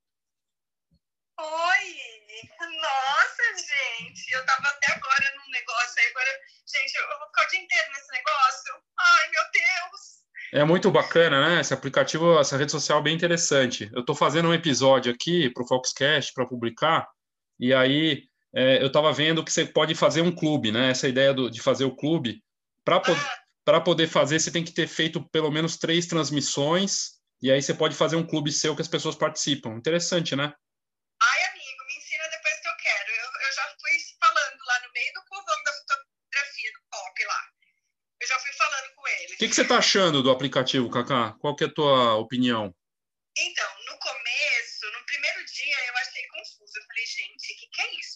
Eu tava até agora num negócio aí, agora, gente, eu vou ficar o dia inteiro nesse negócio. Ai, meu Deus! É muito bacana, né? Esse aplicativo, essa rede social é bem interessante. Eu tô fazendo um episódio aqui pro Foxcast para publicar, e aí é, eu tava vendo que você pode fazer um clube, né? Essa ideia do, de fazer o clube. Para po para poder fazer, você tem que ter feito pelo menos três transmissões, e aí você pode fazer um clube seu que as pessoas participam. Interessante, né? Ai, amigo, me ensina depois que eu quero. Eu, eu já fui falando lá no meio do povão da fotografia, do pop lá. Eu já fui falando com eles. O que, que você está achando do aplicativo, Cacá? Qual que é a tua opinião? Então, no começo, no primeiro dia, eu achei confuso. Eu falei, gente,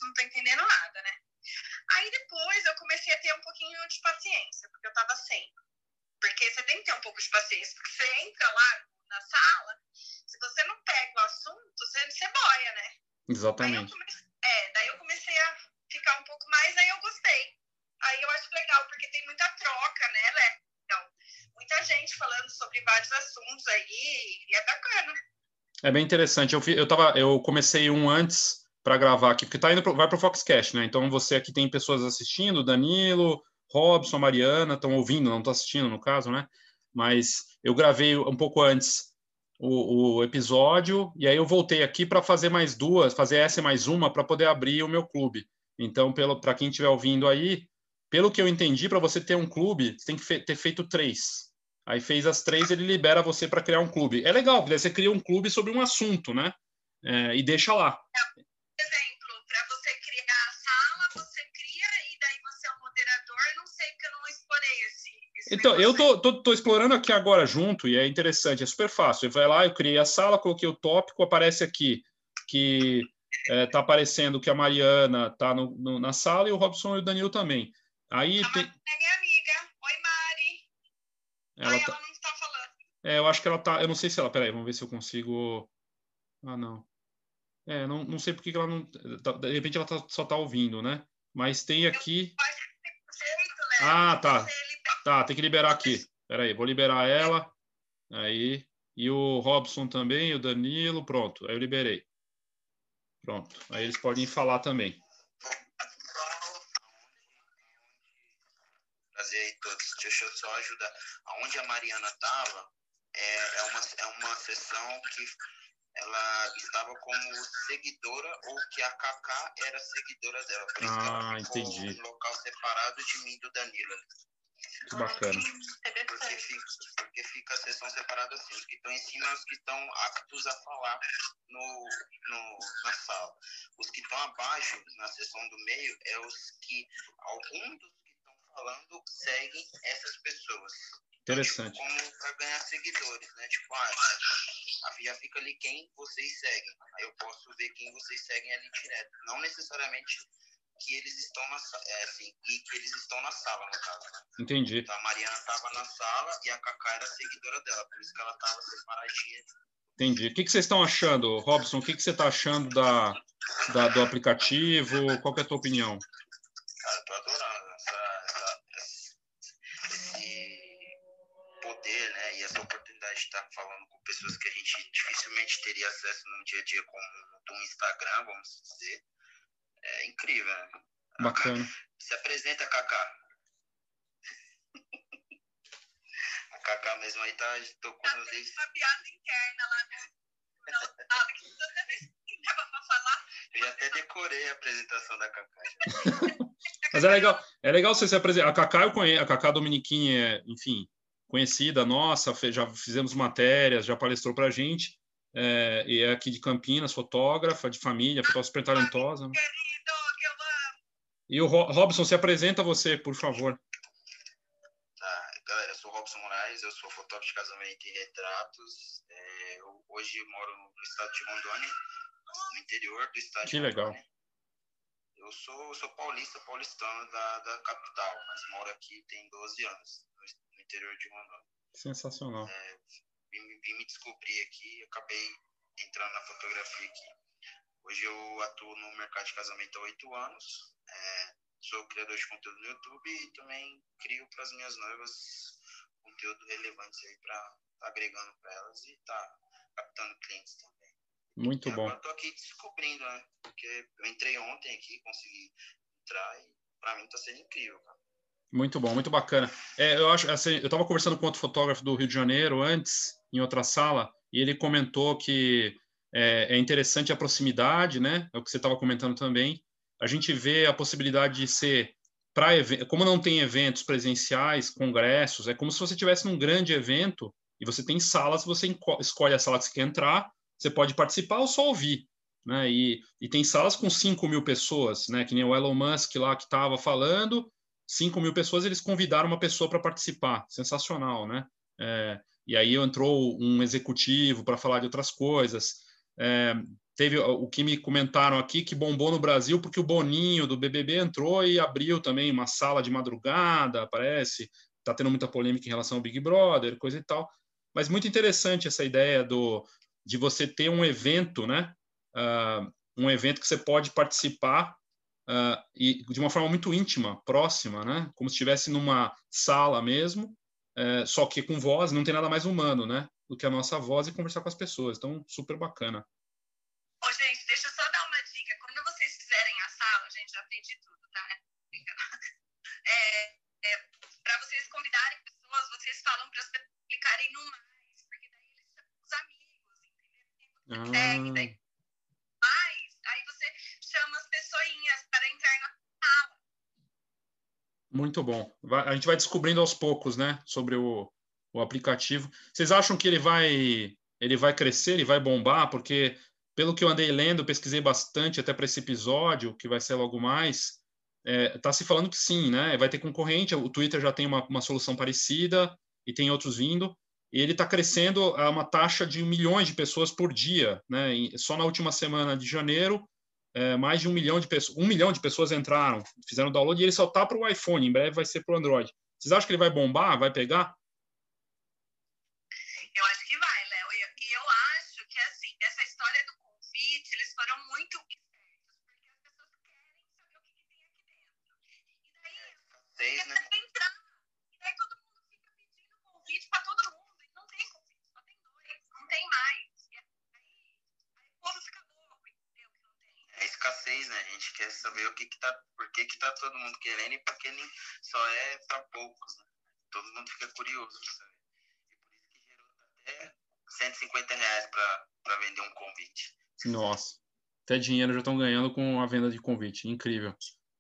não tô entendendo nada, né? Aí depois eu comecei a ter um pouquinho de paciência, porque eu tava sem. Porque você tem que ter um pouco de paciência, porque você entra lá na sala, se você não pega o assunto, você, você boia, né? Exatamente. Aí eu comecei, é, daí eu comecei a ficar um pouco mais, aí eu gostei. Aí eu acho legal, porque tem muita troca, né, Léo? Então, muita gente falando sobre vários assuntos aí, e é bacana. É bem interessante. Eu, fi, eu, tava, eu comecei um antes para gravar aqui, porque tá indo pro, vai para o Foxcast, né? Então você aqui tem pessoas assistindo, Danilo, Robson, Mariana, estão ouvindo, não estão assistindo no caso, né? Mas eu gravei um pouco antes o, o episódio e aí eu voltei aqui para fazer mais duas, fazer essa e mais uma para poder abrir o meu clube. Então, para quem estiver ouvindo aí, pelo que eu entendi, para você ter um clube, você tem que fe ter feito três. Aí fez as três, ele libera você para criar um clube. É legal, porque você cria um clube sobre um assunto, né? É, e deixa lá. Por exemplo, para você criar a sala, você cria e daí você é o moderador. Não sei, porque eu não explorei esse, esse Então, eu tô, tô, tô explorando aqui agora junto e é interessante, é super fácil. Vai lá, eu criei a sala, coloquei o tópico, aparece aqui que é, tá aparecendo que a Mariana tá no, no, na sala e o Robson e o Danilo também. Aí a tem... é minha amiga. Oi, Mari. Ela, Ai, tá... ela não está falando. É, eu acho que ela tá... Eu não sei se ela... Peraí, vamos ver se eu consigo... Ah, não. É, não, não sei por que ela não... De repente ela tá, só tá ouvindo, né? Mas tem aqui... Ah, tá. Tá, tem que liberar aqui. Peraí, vou liberar ela. Aí... E o Robson também, o Danilo, pronto. Aí eu liberei. Pronto. Aí eles podem falar também. Prazer aí todos. Deixa eu só ajudar. Aonde a Mariana estava é, é, uma, é uma sessão que ela estava como seguidora ou que a Cacá era seguidora dela. Por isso ah, que ela ficou entendi. um local separado de mim e do Danilo. Que bacana. Porque fica, porque fica a sessão separada assim. Os que estão em cima e os que estão aptos a falar no, no, na sala. Os que estão abaixo, na sessão do meio, é os que algum dos que estão falando seguem essas pessoas. Interessante. Então, tipo, como para ganhar seguidores, né? Tipo, ah, já fica ali quem vocês seguem. Aí eu posso ver quem vocês seguem ali direto. Não necessariamente que eles estão na é, assim, e que eles estão na sala, no caso, né? Entendi. Então, a Mariana estava na sala e a Cacá era seguidora dela, por isso que ela estava separadinha. Entendi. O que, que vocês estão achando, Robson? O que, que você está achando da, da, do aplicativo? Qual que é a tua opinião? Cara, eu tô adorando essa, essa, esse poder, né? E essa oportunidade de estar falando com pessoas que a gente dificilmente teria acesso no dia a dia, como do Instagram, vamos dizer. É incrível, né? Bacana. Se apresenta, Cacá. A Cacá mesmo aí tá, tocou no dedo. Uma piada interna lá no... Não, sabe, que toda vez que tava pra falar... Eu já até decorei a apresentação da Cacá. Mas é legal, é legal você se apresentar. A Cacá eu conheço, a Cacá Dominiquinha é, enfim, conhecida, nossa, já fizemos matérias, já palestrou pra gente. É, e é aqui de Campinas, fotógrafa de família, fotógrafa super talentosa. Querido, que eu amo. E o Robson, se apresenta você, por favor. Tá, galera, eu sou o Robson Moraes, eu sou fotógrafo de casamento e retratos. É, eu hoje moro no estado de Rondônia, no interior do estado que de Rondônia. Legal. Eu sou, sou paulista, paulistano da, da capital, mas moro aqui tem doze anos, no interior de Rondônia. Sensacional. É, vim, vim me descobrir aqui, acabei entrando na fotografia aqui. Hoje eu atuo no mercado de casamento há oito anos, é, sou criador de conteúdo no YouTube e também crio para as minhas noivas conteúdo relevante aí para tá agregando para elas e tá captando clientes também. Muito e bom. Agora eu tô aqui descobrindo, né? Porque eu entrei ontem aqui, consegui entrar e para mim tá sendo incrível, cara. Muito bom, muito bacana. É, eu acho, assim, eu estava conversando com outro fotógrafo do Rio de Janeiro antes, em outra sala, e ele comentou que é, é interessante a proximidade, né? É o que você estava comentando também. A gente vê a possibilidade de ser para como não tem eventos presenciais, congressos, é como se você estivesse num grande evento e você tem salas, você escolhe a sala que você quer entrar, você pode participar ou só ouvir, né? E, e tem salas com cinco mil pessoas, né? Que nem o Elon Musk lá que estava falando. cinco mil pessoas, eles convidaram uma pessoa para participar. Sensacional, né? É, e aí entrou um executivo para falar de outras coisas. É, teve o que me comentaram aqui, que bombou no Brasil porque o Boninho do B B B entrou e abriu também uma sala de madrugada, parece. Está tendo muita polêmica em relação ao Big Brother, coisa e tal. Mas muito interessante essa ideia do, de você ter um evento, né? Uh, um evento que você pode participar uh, e de uma forma muito íntima, próxima, né? Como se estivesse numa sala mesmo, uh, só que com voz, não tem nada mais humano, né? Do que a nossa voz e conversar com as pessoas. Então, super bacana. Ô, gente, deixa eu só dar uma dica. Quando vocês fizerem a sala, gente, já aprendi tudo, tá? É, é, para vocês convidarem pessoas, vocês falam para as pessoas clicarem no mais, porque daí eles chamam os amigos, entendeu? Ah. Segue, daí mais, aí você chama as pessoinhas para entrar na sala. Muito bom. Vai, a gente vai descobrindo aos poucos, né, sobre o, o aplicativo. Vocês acham que ele vai, ele vai crescer, ele vai bombar? Porque, pelo que eu andei lendo, pesquisei bastante até para esse episódio, que vai ser logo mais, é, tá se falando que sim, né? Vai ter concorrente, o Twitter já tem uma, uma solução parecida e tem outros vindo, e ele está crescendo a uma taxa de milhões de pessoas por dia, né? E só na última semana de janeiro, é, mais de um milhão de pessoas, um milhão de pessoas entraram, fizeram download, e ele só tá para o iPhone, em breve vai ser para o Android. Vocês acham que ele vai bombar, vai pegar? Eu acho que vai, Léo, e eu, eu acho que, assim, essa história do convite, eles foram muito espertos, porque as pessoas querem saber o que, que tem aqui dentro. E daí, Seis, né? entrar, e daí todo mundo fica pedindo convite para todo mundo, e não tem convite, só tem dois, não tem mais. E aí, aí o povo fica louco, entendeu? Que não tem. É escassez, né? A gente quer saber o que que tá, por que que tá todo mundo querendo e por que nem, só é para poucos, né? Todo mundo fica curioso pra saber. E por isso que gerou até cento e cinquenta reais para vender um convite. Nossa, até dinheiro já estão ganhando com a venda de convite, incrível.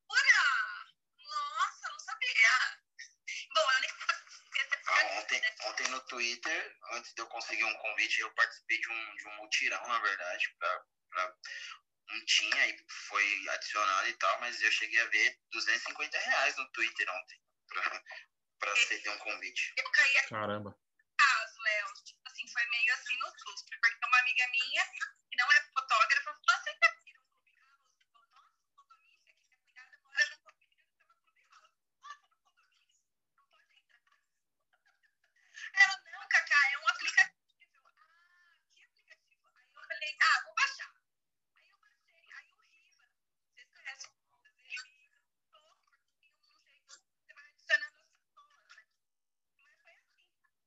Nossa, não sabia. Bom, a única coisa que ah, ontem, ontem no Twitter, antes de eu conseguir um convite, eu participei de um, de um mutirão, na verdade, para não tinha e foi adicionado e tal, mas eu cheguei a ver duzentos e cinquenta reais no Twitter ontem para aceder um convite. Eu caí aqui. Caramba. Caso, Léo, tipo assim, foi meio assim no susto, porque uma amiga minha, que não é fotógrafa, falou assim, tá aqui no Clube House? Falou, nossa, o condomínio aqui, minha cunhada mora no condomínio, tá no Clube House. Nossa, no condomínio, não pode entrar. Ela, não, Cacá, é um aplicativo. Ah, que aplicativo? Aí eu falei, ah, vou baixar. Aí eu baixei, aí o Riva, vocês conhecem o Riva, ele me contou porque um jeito você vai adicionando as pessoas, né? Mas foi assim.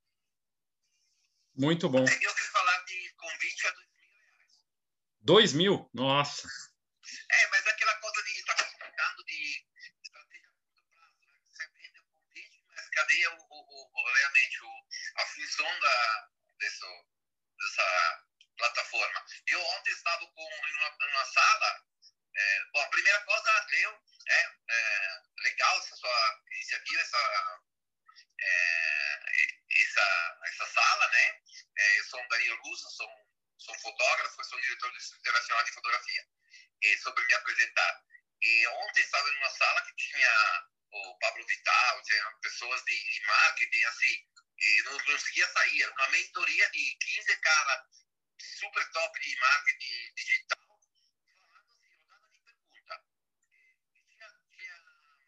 Muito bom. Eu ouvi falar de convite a dois mil reais. Dois mil? Nossa. É, mas aquela coisa de estar explicando de estratégia a curto prazo, né? Você vende o convite, mas cadê o, o, o, realmente o, a função da, dessa, dessa plataforma? Eu ontem estava com, em, uma, em uma sala. É, bom, a primeira coisa, eu, é, é legal essa sua iniciativa, essa. É, essa, essa sala, né? É, eu sou um Danilo Russo, sou, sou um fotógrafo, sou um diretor do Instituto Internacional de Fotografia. E sobre me apresentar. E ontem estava numa sala que tinha o Pablo Vittal, tinha pessoas de, de marketing, assim, e não conseguia sair. Era uma mentoria de quinze caras super top de marketing digital, falando assim, rodada de pergunta. E tinha, tinha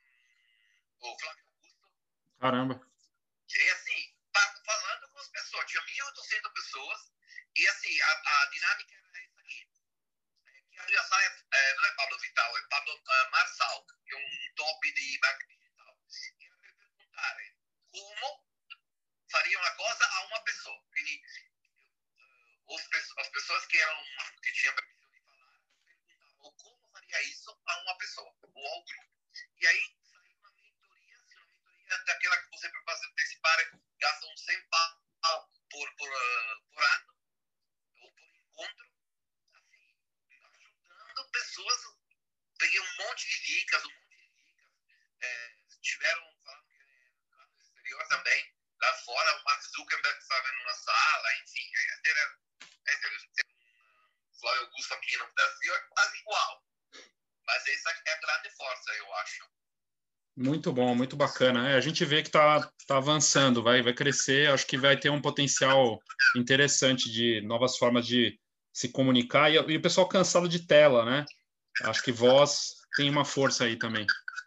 o Flávio Augusto. Caramba. E assim, falando com as pessoas, tinha mil e oitocentas pessoas, e assim, a, a dinâmica era essa aqui. Que abriu a sala é, não é Pablo Vittal, é Pablo uh, Marçal, que é um top de marketing digital. E eles me perguntaram como faria uma coisa a uma pessoa. E, uh, os, as pessoas que, eram, que tinham permissão de falar perguntavam como faria isso a uma pessoa, ou ao grupo. E aí, uma mentoria, assim, uma mentoria daquela que você para participar gasta uns cem pau por, por, uh, por ano, ou por encontro, assim, ajudando pessoas. Peguei um monte de dicas, um monte de dicas. É, tiveram, falando que lá no exterior também, lá fora, o Mark Zuckerberg estava numa sala, enfim, teve, teve um Flávio Augusto aqui no Brasil, é quase igual. Mas essa é a grande força, eu acho. Muito bom, muito bacana. É, a gente vê que está tá avançando, vai, vai crescer, acho que vai ter um potencial interessante de novas formas de se comunicar, e, e o pessoal cansado de tela, né? Acho que voz tem uma força aí também.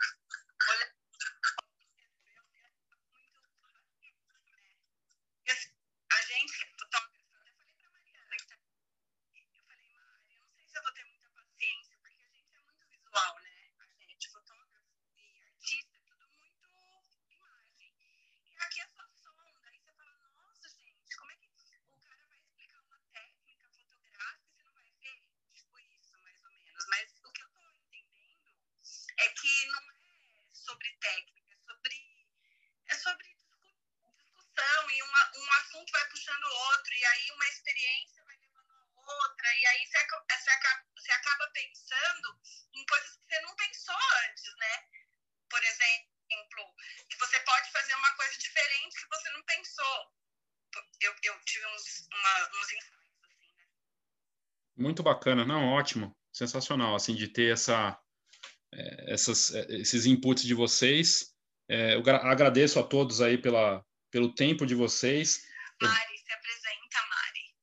A gente, eu falei para Mariana, eu falei, Mari, eu não sei se eu vou ter muita paciência, porque a gente é muito visual, né? A gente, fotógrafo e artista, é tudo muito imagem. E aqui é só som, daí você fala, nossa, gente, como é que o cara vai explicar uma técnica fotográfica e você não vai ver? Tipo isso, mais ou menos. Mas o que eu tô entendendo é que não é sobre técnica, é sobre, é sobre discussão, e uma, um assunto vai puxando o outro, e aí uma experiência vai levando a outra, e aí você, você, acaba, você acaba pensando em coisas que você não pensou antes, né? Por exemplo, que você pode fazer uma coisa diferente que você não pensou. Eu, eu tive uns, uma, uns insights, assim, né? Muito bacana, não, ótimo, sensacional, assim, de ter essa, é, essas, esses inputs de vocês. É, eu agradeço a todos aí pela, pelo tempo de vocês. Mari, se apresenta, Mari.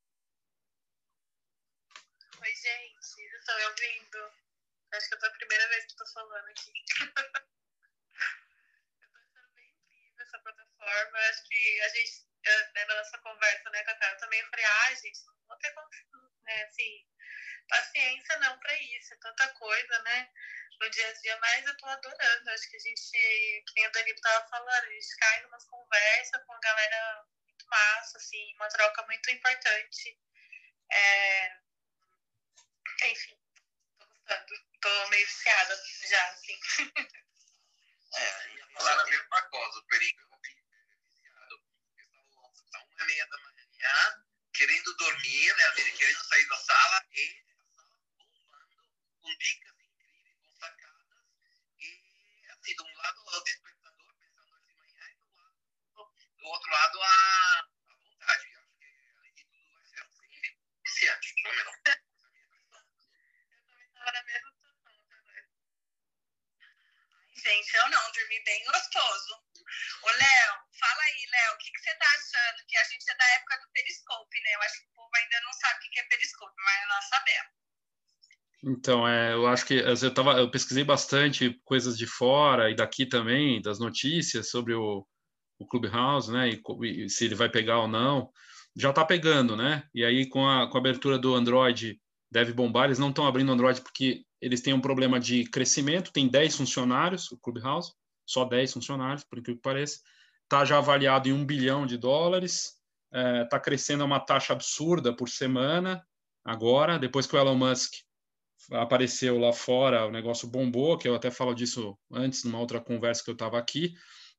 Oi, gente, estão me ouvindo? Acho que eu tô a primeira vez que tô falando aqui. Eu tô achando bem incrível essa plataforma. Acho que a gente, né, na nossa conversa, né, Cacá, eu também falei, ah, gente, não vou ter como, né, assim, paciência não pra isso, é tanta coisa, né, no dia a dia, mas eu tô adorando. Acho que a gente, que nem o Danilo tava falando, a gente cai numas conversas com a galera muito massa, assim, uma troca muito importante. É... Enfim, tô gostando. Tô meio viciada já, assim. É, ia falar a mesma coisa, o perigo é viciado. Eu estava uma e meia da manhã, querendo dormir, né, querendo sair da sala, e a sala bombando com dicas incríveis, com sacadas, e assim, de um lado o despertador pensando assim manhã, e do, lado, do outro lado a, a vontade. Eu acho que além de tudo vai ser assim, viciante, não é não? Eu também estava na mesma situação também. Gente, eu não, dormi bem gostoso. Ô, Léo, fala aí, Léo, o que, que você tá achando? Que a gente é da época do Periscope, né? Eu acho que o povo ainda não sabe o que é Periscope, mas nós sabemos. Então, é, eu acho que eu, tava, eu pesquisei bastante coisas de fora e daqui também, das notícias sobre o, o Clubhouse, né? E, e se ele vai pegar ou não. Já está pegando, né? E aí, com a, com a abertura do Android, deve bombar. Eles não estão abrindo o Android porque eles têm um problema de crescimento. Tem dez funcionários, o Clubhouse, só dez funcionários, por incrível que pareça. Está já avaliado em um bilhão de dólares. Está é, crescendo a uma taxa absurda por semana. Agora, depois que o Elon Musk apareceu lá fora, o negócio bombou, que eu até falo disso antes, numa outra conversa que eu estava aqui,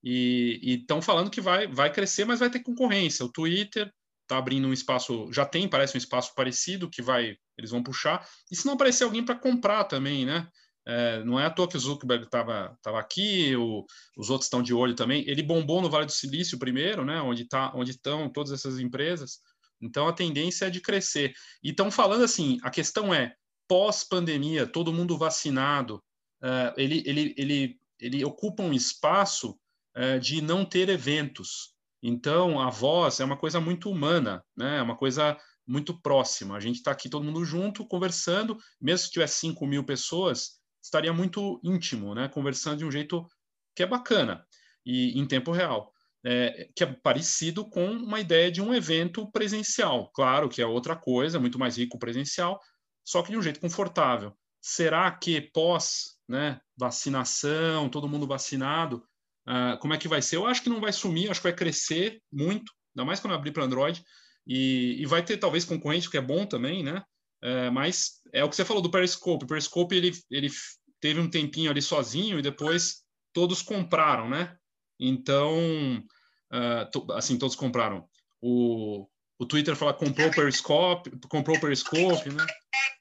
e estão falando que vai, vai crescer, mas vai ter concorrência. O Twitter está abrindo um espaço, já tem, parece um espaço parecido, que vai, eles vão puxar, e se não aparecer alguém para comprar também, né? É, não é à toa que o Zuckerberg estava tava aqui, o, os outros estão de olho também. Ele bombou no Vale do Silício primeiro, né? Onde tá, onde estão todas essas empresas. Então a tendência é de crescer. E estão falando assim, a questão é, pós-pandemia, todo mundo vacinado, uh, ele, ele, ele, ele ocupa um espaço uh, de não ter eventos. Então, a voz é uma coisa muito humana, né? É uma coisa muito próxima. A gente está aqui todo mundo junto, conversando, mesmo se tivesse cinco mil pessoas, estaria muito íntimo, né? Conversando de um jeito que é bacana e em tempo real. É, que é parecido com uma ideia de um evento presencial. Claro que é outra coisa, muito mais rico presencial, só que de um jeito confortável. Será que pós, né, vacinação, todo mundo vacinado, uh, como é que vai ser? Eu acho que não vai sumir, acho que vai crescer muito, ainda mais quando abrir para Android, e, e vai ter talvez concorrente, que é bom também, né? Uh, mas é o que você falou do Periscope. O Periscope ele, ele teve um tempinho ali sozinho e depois todos compraram, né? Então, uh, to, assim, todos compraram. O, o Twitter fala comprou o Periscope, comprou o Periscope, né?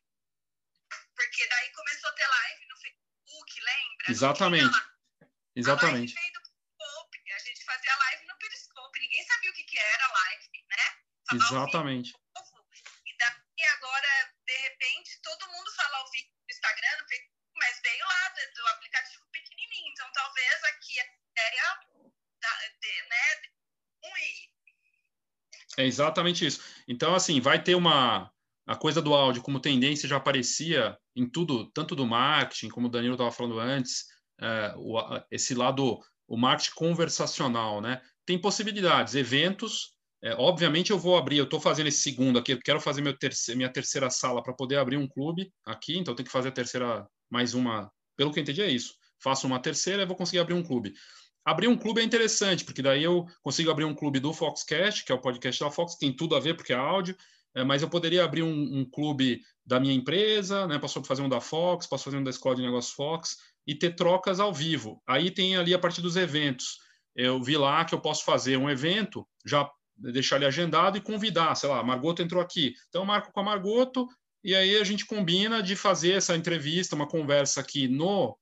Porque daí começou a ter live no Facebook, lembra? Exatamente. Exatamente. A live veio do Periscope, a gente fazia live no Periscope, ninguém sabia o que, que era live, né? Tava Exatamente. E daí agora, de repente, todo mundo fala ao vivo no Instagram, no Facebook, mas veio lá do, do aplicativo pequenininho, então talvez aqui a ideia, da, de, né, ruim. É exatamente isso. Então, assim, vai ter uma... a coisa do áudio como tendência já aparecia em tudo, tanto do marketing, como o Danilo estava falando antes, é, o, esse lado, o marketing conversacional, né? Tem possibilidades, eventos, é, obviamente eu vou abrir, eu estou fazendo esse segundo aqui, eu quero fazer meu terceiro, minha terceira sala para poder abrir um clube aqui, então tem que fazer a terceira, mais uma, pelo que eu entendi é isso, faço uma terceira e vou conseguir abrir um clube. Abrir um clube é interessante, porque daí eu consigo abrir um clube do Foxcast, que é o podcast da Fox, tem tudo a ver porque é áudio, é, mas eu poderia abrir um, um clube da minha empresa, né? Posso fazer um da Fox, posso fazer um da Escola de Negócios Fox e ter trocas ao vivo. Aí tem ali a partir dos eventos. Eu vi lá que eu posso fazer um evento, já deixar ele agendado e convidar, sei lá, a Margoto entrou aqui. Então eu marco com a Margoto e aí a gente combina de fazer essa entrevista, uma conversa aqui no,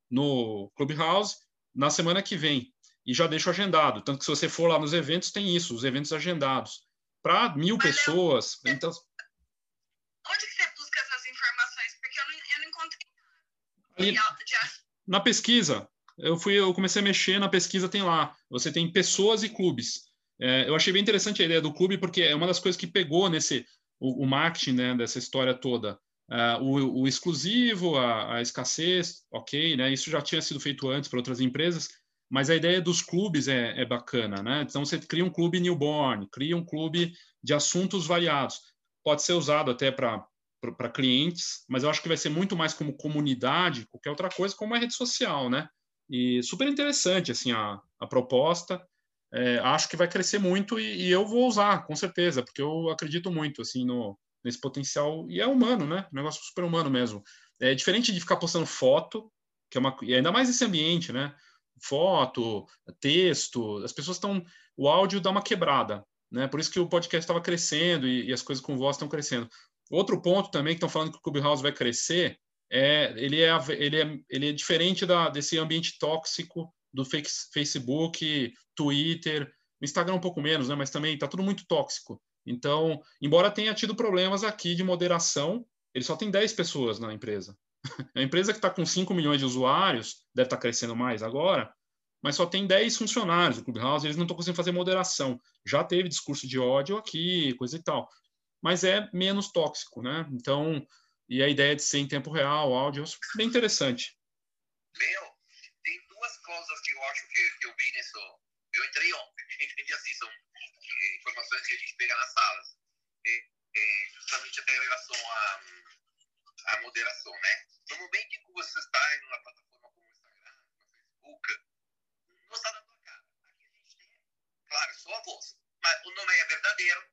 no Clubhouse na semana que vem. E já deixo agendado. Tanto que se você for lá nos eventos, tem isso, os eventos agendados. Para mil Mas, pessoas. Léo, então... Onde que você busca essas informações? Porque eu não, eu não encontrei Ali, nada. na pesquisa, eu, fui, eu comecei a mexer na pesquisa, tem lá. Você tem pessoas e clubes. É, eu achei bem interessante a ideia do clube, porque é uma das coisas que pegou nesse o, o marketing, né, dessa história toda. Uh, o, o exclusivo, a, a escassez, ok, né? Isso já tinha sido feito antes para outras empresas, mas a ideia dos clubes é, é bacana, né? Então você cria um clube newborn, cria um clube de assuntos variados. Pode ser usado até para para clientes, mas eu acho que vai ser muito mais como comunidade, qualquer outra coisa, como uma rede social, né? E super interessante, assim, a, a proposta. É, acho que vai crescer muito e, e eu vou usar, com certeza, porque eu acredito muito, assim, no, nesse potencial. E é humano, né? Um negócio super humano mesmo. É diferente de ficar postando foto, que é uma... E ainda mais esse ambiente, né? Foto, texto, as pessoas estão... O áudio dá uma quebrada, né? Por isso que o podcast estava crescendo e, e as coisas com voz estão crescendo. Outro ponto também que estão falando que o Clubhouse vai crescer é ele é ele é ele é diferente da, desse ambiente tóxico do Facebook, Twitter, Instagram um pouco menos, né? Mas também está tudo muito tóxico. Então, embora tenha tido problemas aqui de moderação, ele só tem dez pessoas na empresa. A empresa que está com cinco milhões de usuários deve estar tá crescendo mais agora, mas só tem dez funcionários. O Clubhouse, eles não estão conseguindo fazer moderação. Já teve discurso de ódio aqui, coisa e tal. Mas é menos tóxico, né? Então, e a ideia de ser em tempo real, áudio, é bem interessante. Meu, tem duas coisas que eu acho que, que eu vi nisso. Eu entrei ontem, entendi assim, são informações que a gente pega nas salas. E, e justamente até em relação à a, a moderação, né? No momento em que você está em uma plataforma como o Instagram, no Facebook, não está na tua cara. Aqui a gente tem, claro, só a voz, mas o nome é verdadeiro.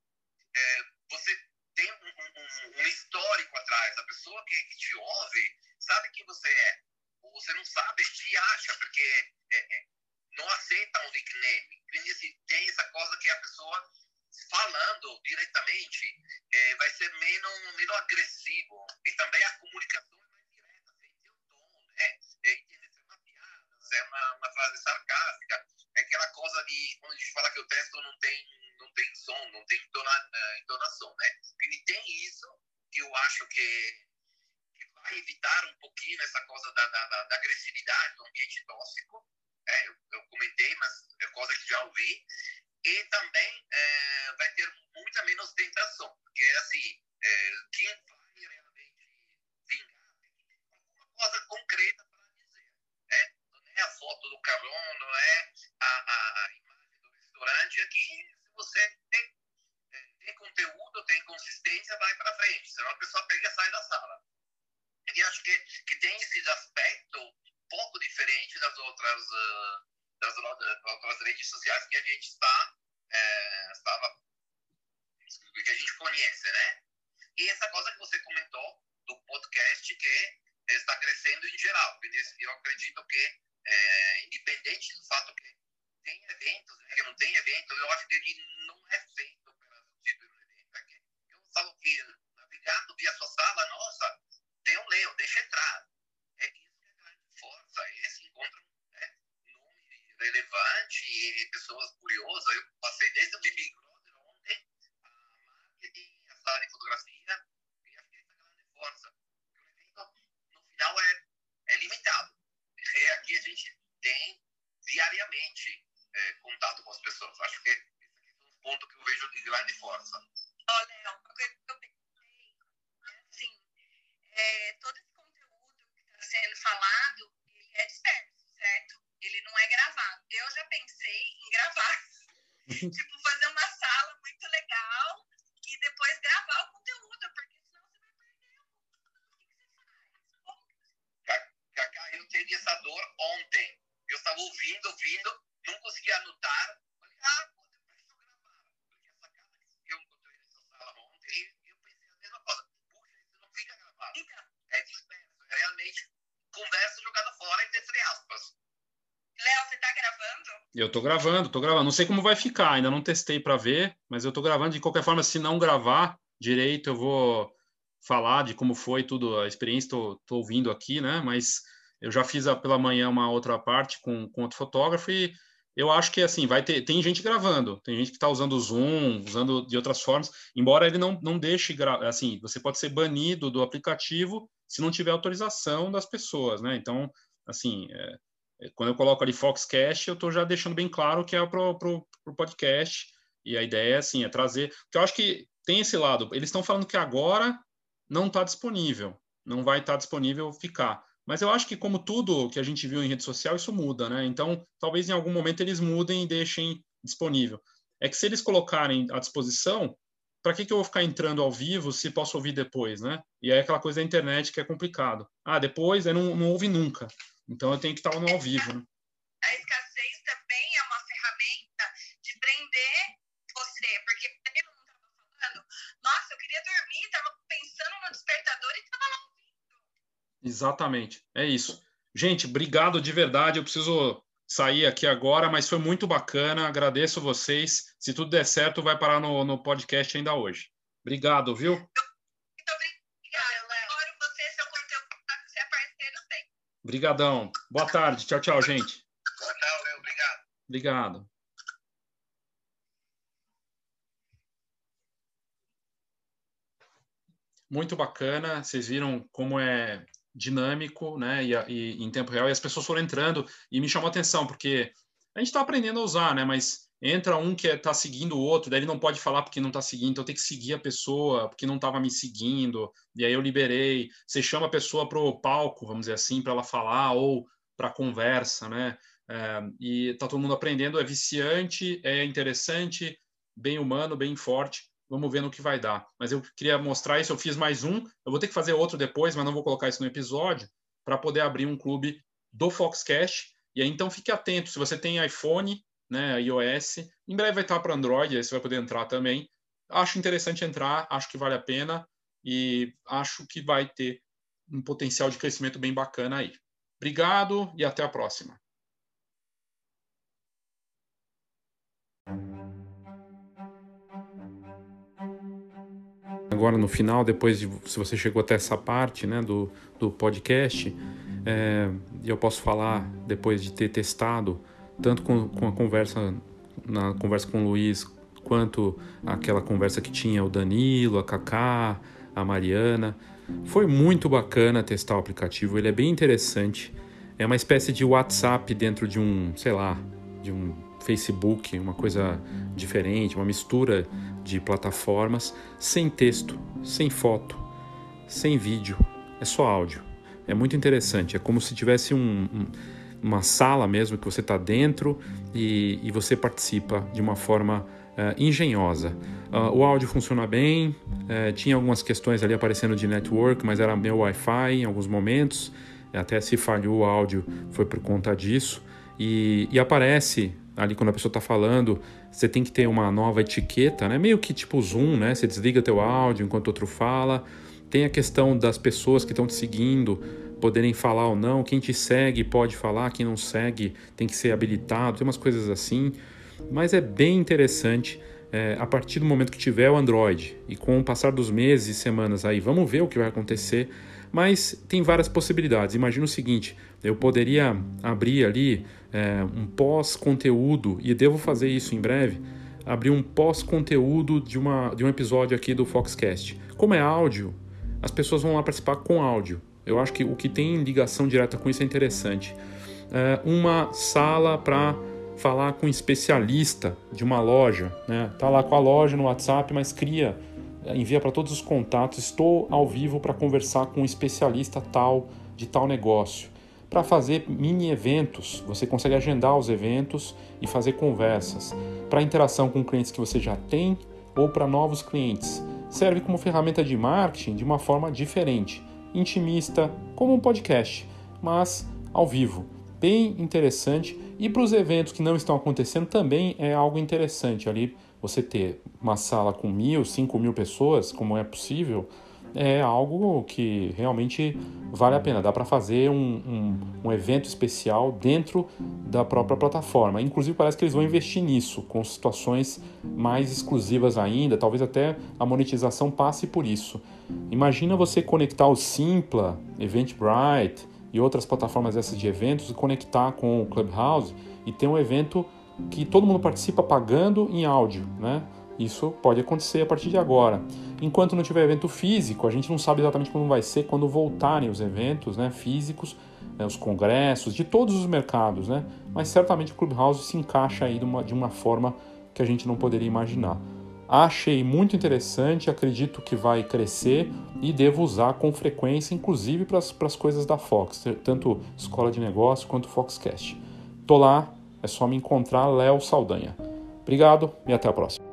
É, você tem um, um, um histórico atrás. A pessoa que, que te ouve sabe quem você é. Ou você não sabe, te acha, porque é, é, não aceita um nickname. Tem essa coisa que a pessoa falando diretamente é, vai ser menos, menos agressivo. E também a comunicação é mais direta, sente o tom, né? É, entender se é uma piada, se é uma, uma frase sarcástica. É aquela coisa de, quando a gente fala que o texto não tem não tem som, não tem entona, entonação, né? Ele tem isso que eu acho que, que vai evitar um pouquinho essa coisa da, da, da agressividade do ambiente tóxico. É, eu, eu comentei, mas é coisa que já ouvi. E também é, vai ter muita menos tentação, porque assim, é, quem vai realmente vingar tem alguma coisa concreta para dizer. É? Não é a foto do carão, não é a, a, a imagem do restaurante. Aqui você tem, tem conteúdo, tem consistência, vai para frente. Senão a pessoa pega e sai da sala. E acho que, que tem esse aspecto um pouco diferente das outras, uh, das outras redes sociais que a gente está, é, estava, que a gente conhece, né? E essa coisa que você comentou do podcast que está crescendo em geral. Eu acredito que, é, independente do fato que tem eventos, né, que não tem evento, eu acho que ele não é feito pela tipo de evento. É que eu falo que navegando via sua sala, nossa, tem um leão, deixa entrar. É isso que é a grande força. Esse encontro, né, nome relevante e pessoas curiosas. Eu passei desde o Big Brother ontem, a marketing, a sala de fotografia, e acho que essa é a grande força. O evento, no final, é, é limitado. E aqui a gente tem diariamente É, contato com as pessoas. Acho que esse aqui é um ponto que eu vejo tipo, fazer uma sala muito legal e depois gravar o conteúdo, porque senão você vai perder. O que você faz? Cacá, eu tive essa dor ontem. Eu estava ouvindo, ouvindo, não conseguia anotar. Falei, ah, pô, depois eu gravar. Porque essa casa que eu encontrei nessa sala ontem, eu pensei a mesma coisa. Puxa, isso não fica gravado. Então, É disperso, é realmente conversa jogada fora, entre aspas. Léo, você tá gravando? Eu tô gravando, tô gravando. Não sei como vai ficar, ainda não testei para ver, mas eu tô gravando. De qualquer forma, se não gravar direito, eu vou falar de como foi tudo, a experiência, tô, tô ouvindo aqui, né? Mas eu já fiz a, pela manhã uma outra parte com, com outro fotógrafo e eu acho que, assim, vai ter... Tem gente gravando, tem gente que tá usando o Zoom, usando de outras formas, embora ele não, não deixe... Gra... Assim, você pode ser banido do aplicativo se não tiver autorização das pessoas, né? Então, assim... É... Quando eu coloco ali Foxcast, eu estou já deixando bem claro que é para o podcast. E a ideia, assim, é trazer... Porque eu acho que tem esse lado. Eles estão falando que agora não está disponível. Não vai estar tá disponível ficar. Mas eu acho que, como tudo que a gente viu em rede social, isso muda, né? Então, talvez em algum momento eles mudem e deixem disponível. É que se eles colocarem à disposição, para que, que eu vou ficar entrando ao vivo se posso ouvir depois, né? E aí aquela coisa da internet que é complicado. Ah, depois eu não, não ouve nunca. Então eu tenho que estar no ao vivo, né? A escassez também é uma ferramenta de prender você, porque ele não estava falando, nossa, eu queria dormir, estava pensando no despertador e estava lá ouvindo. Exatamente, é isso. Gente, obrigado de verdade, eu preciso sair aqui agora, mas foi muito bacana, agradeço vocês. Se tudo der certo, vai parar no, no podcast ainda hoje. Obrigado, viu? Muito obrigada, Léo. Adoro você, seu conteúdo, você é parceiro sempre. Obrigadão. Boa tarde. Tchau, tchau, gente. Boa tarde, Léo. Obrigado. Obrigado. Muito bacana. Vocês viram como é dinâmico, né? E, e em tempo real. E as pessoas foram entrando e me chamou a atenção, porque a gente está aprendendo a usar, né? Mas entra um que está seguindo o outro, daí ele não pode falar porque não está seguindo, então tem que seguir a pessoa porque não estava me seguindo, e aí eu liberei. Você chama a pessoa para o palco, vamos dizer assim, para ela falar, ou para conversa, né? É, e tá todo mundo aprendendo, é viciante, é interessante, bem humano, bem forte. Vamos ver no que vai dar. Mas eu queria mostrar isso, eu fiz mais um, eu vou ter que fazer outro depois, mas não vou colocar isso no episódio, para poder abrir um clube do Foxcast. E aí, então, fique atento, se você tem iPhone, né, iOS, em breve vai estar para Android, aí você vai poder entrar também. Acho interessante entrar, acho que vale a pena e acho que vai ter um potencial de crescimento bem bacana aí. Obrigado e até a próxima. Agora no final, depois de se você chegou até essa parte, né, do, do podcast, é, eu posso falar depois de ter testado tanto com, com a conversa na conversa com o Luiz, quanto aquela conversa que tinha o Danilo, a Cacá, a Mariana. Foi muito bacana testar o aplicativo, ele é bem interessante. É uma espécie de WhatsApp dentro de um, sei lá, de um Facebook, uma coisa diferente, uma mistura de plataformas, sem texto, sem foto, sem vídeo, é só áudio. É muito interessante, é como se tivesse um, um, uma sala mesmo que você está dentro e, e você participa de uma forma uh, engenhosa. Uh, o áudio funciona bem, uh, tinha algumas questões ali aparecendo de network, mas era meu Wi-Fi em alguns momentos, até se falhou o áudio foi por conta disso, e, e aparece ali quando a pessoa está falando, você tem que ter uma nova etiqueta, né? Meio que tipo Zoom, né? Você desliga teu áudio enquanto outro fala. Tem a questão das pessoas que estão te seguindo poderem falar ou não. Quem te segue pode falar, quem não segue tem que ser habilitado. Tem umas coisas assim. Mas é bem interessante é, a partir do momento que tiver o Android. E com o passar dos meses e semanas aí, vamos ver o que vai acontecer. Mas tem várias possibilidades. Imagina o seguinte, eu poderia abrir ali é, um pós-conteúdo, e devo fazer isso em breve, abrir um pós-conteúdo de, uma, de um episódio aqui do Foxcast. Como é áudio, as pessoas vão lá participar com áudio. Eu acho que o que tem ligação direta com isso é interessante. É, uma sala para falar com um especialista de uma loja, né? Tá lá com a loja no WhatsApp, mas cria... envia para todos os contatos, estou ao vivo para conversar com um especialista tal, de tal negócio. para fazer mini eventos. Você consegue agendar os eventos e fazer conversas. Para interação com clientes que você já tem ou para novos clientes. Serve como ferramenta de marketing de uma forma diferente, intimista, como um podcast, mas ao vivo. Bem interessante. E para os eventos que não estão acontecendo também é algo interessante. Ali você ter uma sala com mil, cinco mil pessoas, como é possível, é algo que realmente vale a pena. Dá para fazer um, um, um evento especial dentro da própria plataforma. Inclusive parece que eles vão investir nisso, com situações mais exclusivas ainda. Talvez até a monetização passe por isso. Imagina você conectar o Simpla, Eventbrite e outras plataformas dessas de eventos e conectar com o Clubhouse e ter um evento que todo mundo participa pagando em áudio, né? Isso pode acontecer a partir de agora. Enquanto não tiver evento físico, a gente não sabe exatamente como vai ser quando voltarem os eventos, né, físicos, né, os congressos, de todos os mercados, né? Mas certamente o Clubhouse se encaixa aí de uma, de uma forma que a gente não poderia imaginar. Achei muito interessante, acredito que vai crescer e devo usar com frequência, inclusive para as coisas da Fox, tanto Escola de Negócio quanto Foxcast. Tô lá, é só me encontrar, Léo Saldanha. Obrigado e até a próxima.